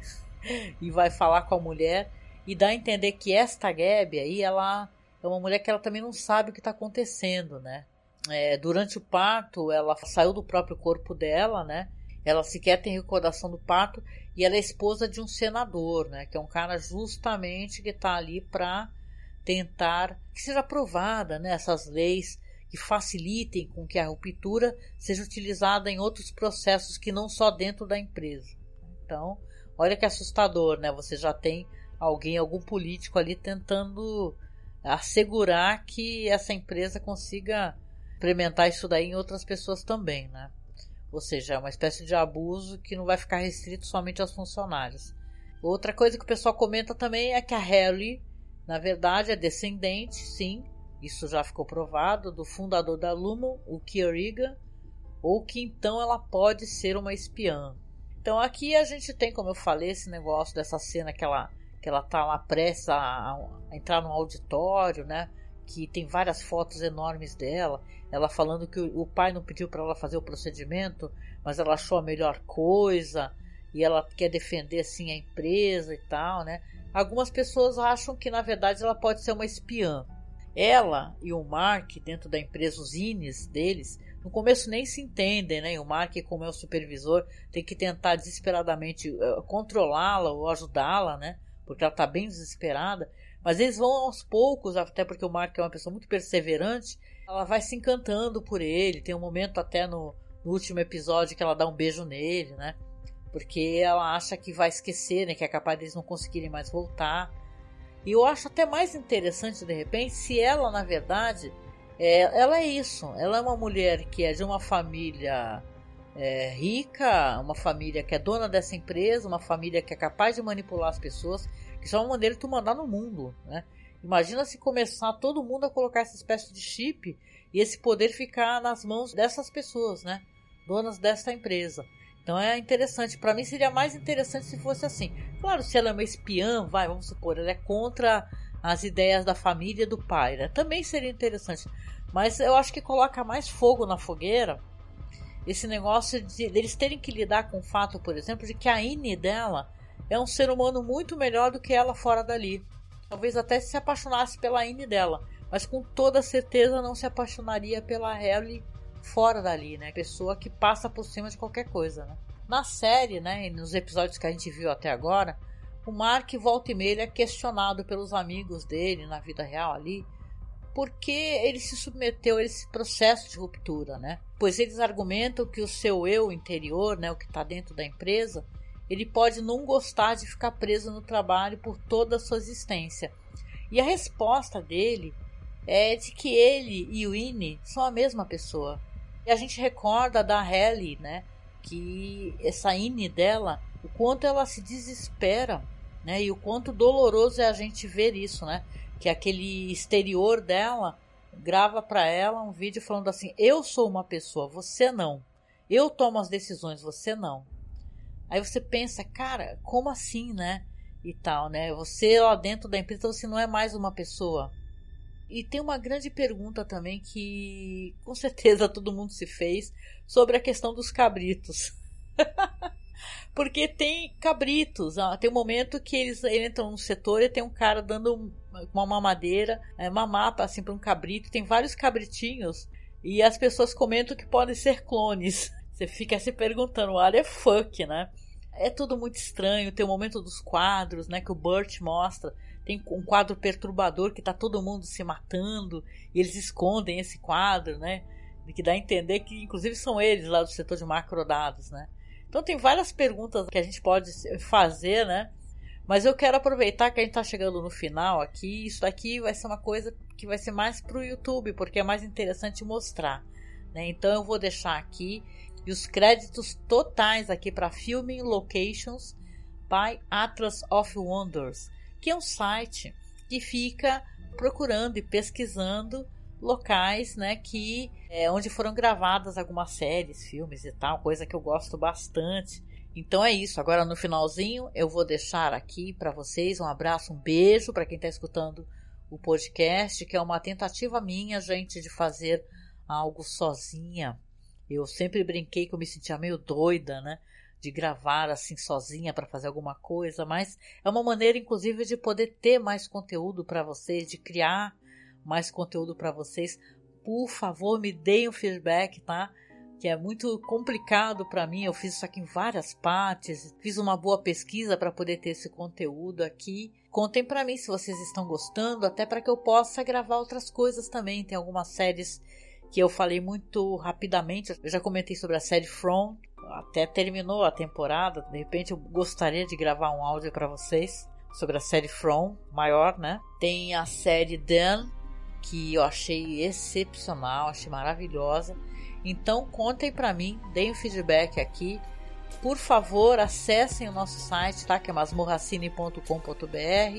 [SPEAKER 1] e vai falar com a mulher e dá a entender que esta Gabi aí, ela é uma mulher que ela também não sabe o que está acontecendo, né? É, durante o parto, ela saiu do próprio corpo dela, né? Ela sequer tem recordação do parto e ela é esposa de um senador, né? Que é um cara justamente que está ali para tentar que seja aprovada, né, essas leis que facilitem com que a ruptura seja utilizada em outros processos que não só dentro da empresa. Então, olha que assustador, né? Você já tem alguém, algum político ali tentando assegurar que essa empresa consiga implementar isso daí em outras pessoas também, né? Ou seja, é uma espécie de abuso que não vai ficar restrito somente aos funcionários. Outra coisa que o pessoal comenta também é que a Hallie na verdade é descendente, sim, isso já ficou provado, do fundador da Lumon, o Kierkegaard, ou que então ela pode ser uma espiã. Então aqui a gente tem, como eu falei, esse negócio dessa cena que ela, que ela tá lá prestes a, a entrar no auditório, né? Que tem várias fotos enormes dela, ela falando que o, o pai não pediu para ela fazer o procedimento, mas ela achou a melhor coisa, e ela quer defender assim a empresa e tal, né? Algumas pessoas acham que na verdade ela pode ser uma espiã. Ela e o Mark, dentro da empresa, os Ines deles, no começo nem se entendem, né? E o Mark, como é o supervisor, tem que tentar desesperadamente uh, controlá-la ou ajudá-la, né? Porque ela está bem desesperada. Mas eles vão aos poucos, até porque o Mark é uma pessoa muito perseverante, ela vai se encantando por ele. Tem um momento até no, no último episódio que ela dá um beijo nele, né? Porque ela acha que vai esquecer, né? Que é capaz deles não conseguirem mais voltar. E eu acho até mais interessante, de repente, se ela, na verdade, é, ela é isso. Ela é uma mulher que é de uma família é, rica, uma família que é dona dessa empresa, uma família que é capaz de manipular as pessoas, que isso é uma maneira de tu mandar no mundo, né? Imagina se começar todo mundo a colocar essa espécie de chip e esse poder ficar nas mãos dessas pessoas, né? Donas dessa empresa. Então é interessante. Para mim seria mais interessante se fosse assim. Claro, se ela é uma espiã, vai, vamos supor, ela é contra as ideias da família e do pai, né? Também seria interessante. Mas eu acho que coloca mais fogo na fogueira esse negócio de eles terem que lidar com o fato, por exemplo, de que a Ine dela é um ser humano muito melhor do que ela fora dali. Talvez até se apaixonasse pela Ine dela, mas com toda certeza não se apaixonaria pela Ellie fora dali, né? Pessoa que passa por cima de qualquer coisa, né? Na série, né, e nos episódios que a gente viu até agora, o Mark volta e meia é questionado pelos amigos dele na vida real ali, porque ele se submeteu a esse processo de ruptura, né? Pois eles argumentam que o seu eu interior, né, o que está dentro da empresa, ele pode não gostar de ficar preso no trabalho por toda a sua existência. E a resposta dele é de que ele e o Ine são a mesma pessoa. E a gente recorda da Ellie, né, que essa Ine dela, o quanto ela se desespera, né, e o quanto doloroso é a gente ver isso, né, que aquele exterior dela grava para ela um vídeo falando assim: eu sou uma pessoa, você não, eu tomo as decisões, você não. Aí você pensa, cara, como assim, né, e tal, né, você lá dentro da empresa, você não é mais uma pessoa. E tem uma grande pergunta também que com certeza todo mundo se fez sobre a questão dos cabritos. Porque tem cabritos, tem um momento que eles, eles entram no setor e tem um cara dando uma mamadeira, uma mapa assim para um cabrito, tem vários cabritinhos e as pessoas comentam que podem ser clones. Você fica se perguntando, olha, é fuck, né? É tudo muito estranho, tem o momento dos quadros, né, que o Burt mostra. Tem um quadro perturbador que tá todo mundo se matando e eles escondem esse quadro, né? Que dá a entender que inclusive são eles lá do setor de macrodados, né? Então tem várias perguntas que a gente pode fazer, né? Mas eu quero aproveitar que a gente tá chegando no final aqui. Isso daqui vai ser uma coisa que vai ser mais pro YouTube, porque é mais interessante mostrar, né? Então eu vou deixar aqui e os créditos totais aqui para Filming Locations by Atlas of Wonders, que é um site que fica procurando e pesquisando locais, né, que é onde foram gravadas algumas séries, filmes e tal, coisa que eu gosto bastante. Então é isso. Agora no finalzinho eu vou deixar aqui para vocês um abraço, um beijo para quem está escutando o podcast, que é uma tentativa minha, gente, de fazer algo sozinha. Eu sempre brinquei que eu me sentia meio doida, né, de gravar assim sozinha para fazer alguma coisa, mas é uma maneira inclusive de poder ter mais conteúdo para vocês, de criar mais conteúdo para vocês. Por favor, me deem um feedback, tá? Que é muito complicado para mim. Eu fiz isso aqui em várias partes, fiz uma boa pesquisa para poder ter esse conteúdo aqui. Contem para mim se vocês estão gostando, até para que eu possa gravar outras coisas também. Tem algumas séries que eu falei muito rapidamente. Eu já comentei sobre a série From, até terminou a temporada. De repente eu gostaria de gravar um áudio para vocês sobre a série From, maior, né? Tem a série Dan, que eu achei excepcional, achei maravilhosa. Então contem para mim, deem um feedback aqui. Por favor, acessem o nosso site, tá? Que é masmorracine ponto com ponto br.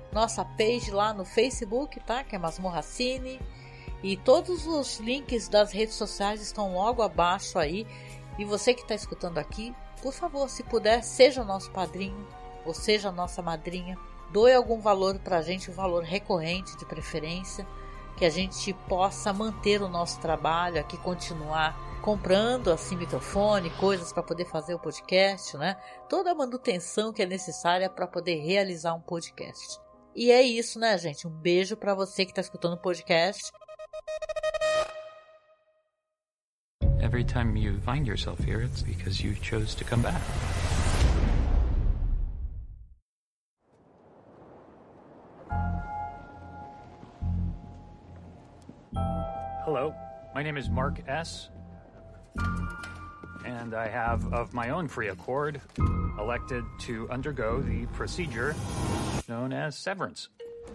[SPEAKER 1] nossa page lá no Facebook, tá? Que é Masmorra Cine. E todos os links das redes sociais estão logo abaixo aí. E você que está escutando aqui, por favor, se puder, seja nosso padrinho ou seja nossa madrinha. Doe algum valor pra gente, um valor recorrente de preferência, que a gente possa manter o nosso trabalho aqui, continuar comprando assim microfone, coisas para poder fazer o podcast, né? Toda a manutenção que é necessária para poder realizar um podcast. E é isso, né, gente? Um beijo para você que está escutando o podcast.
[SPEAKER 2] Every time you find yourself here, it's because you chose to come back. Hello, my name is Mark S. And I have, of my own free accord, elected to undergo the procedure known as severance.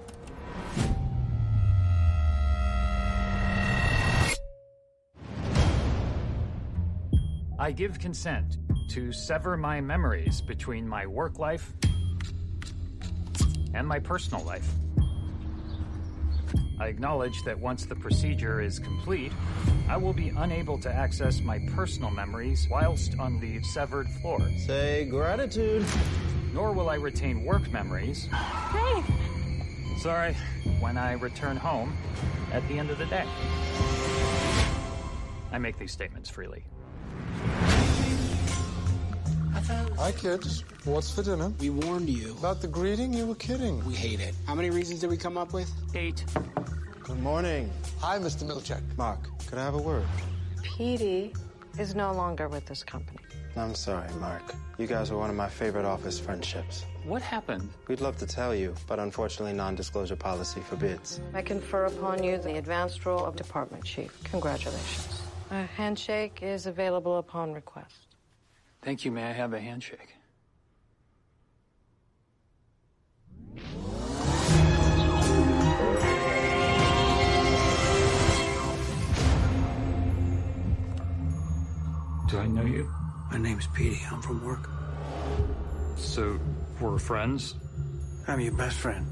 [SPEAKER 2] I give consent to sever my memories between my work life and my personal life. I acknowledge that once the procedure is complete, I will be unable to access my personal memories whilst on the severed floor.
[SPEAKER 3] Say gratitude.
[SPEAKER 2] Nor will I retain work memories.
[SPEAKER 4] Hey!
[SPEAKER 2] Sorry, when I return home at the end of the day. I make these statements freely.
[SPEAKER 5] Hi, kids. What's for dinner?
[SPEAKER 6] We warned you.
[SPEAKER 5] About the greeting? You were kidding.
[SPEAKER 6] We hate it. How many reasons did we come up with?
[SPEAKER 2] Eight.
[SPEAKER 3] Good morning.
[SPEAKER 5] Hi, Mister Milchek.
[SPEAKER 3] Mark, could I have a word?
[SPEAKER 4] Petey is no longer with this company.
[SPEAKER 3] I'm sorry, Mark. You guys were one of my favorite office friendships.
[SPEAKER 2] What happened?
[SPEAKER 3] We'd love to tell you, but unfortunately non-disclosure policy forbids.
[SPEAKER 4] I confer upon you the advanced role of department chief. Congratulations. A handshake is available upon request.
[SPEAKER 2] Thank you. May I have a handshake? Do I know you?
[SPEAKER 6] My name's Petey. I'm from work.
[SPEAKER 2] So, we're friends?
[SPEAKER 6] I'm your best friend.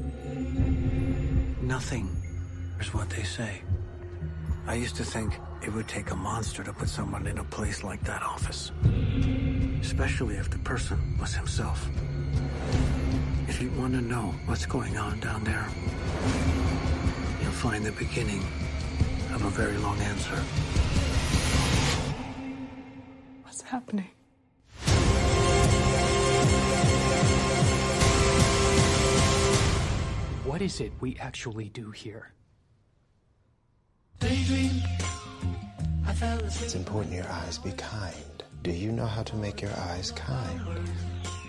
[SPEAKER 6] Nothing is what they say. I used to think it would take a monster to put someone in a place like that office. Especially if the person was himself. If you want to know what's going on down there, you'll find the beginning of a very long answer.
[SPEAKER 4] What's happening?
[SPEAKER 2] What is it we actually do here?
[SPEAKER 3] It's important your eyes be kind. Do you know how to make your eyes kind?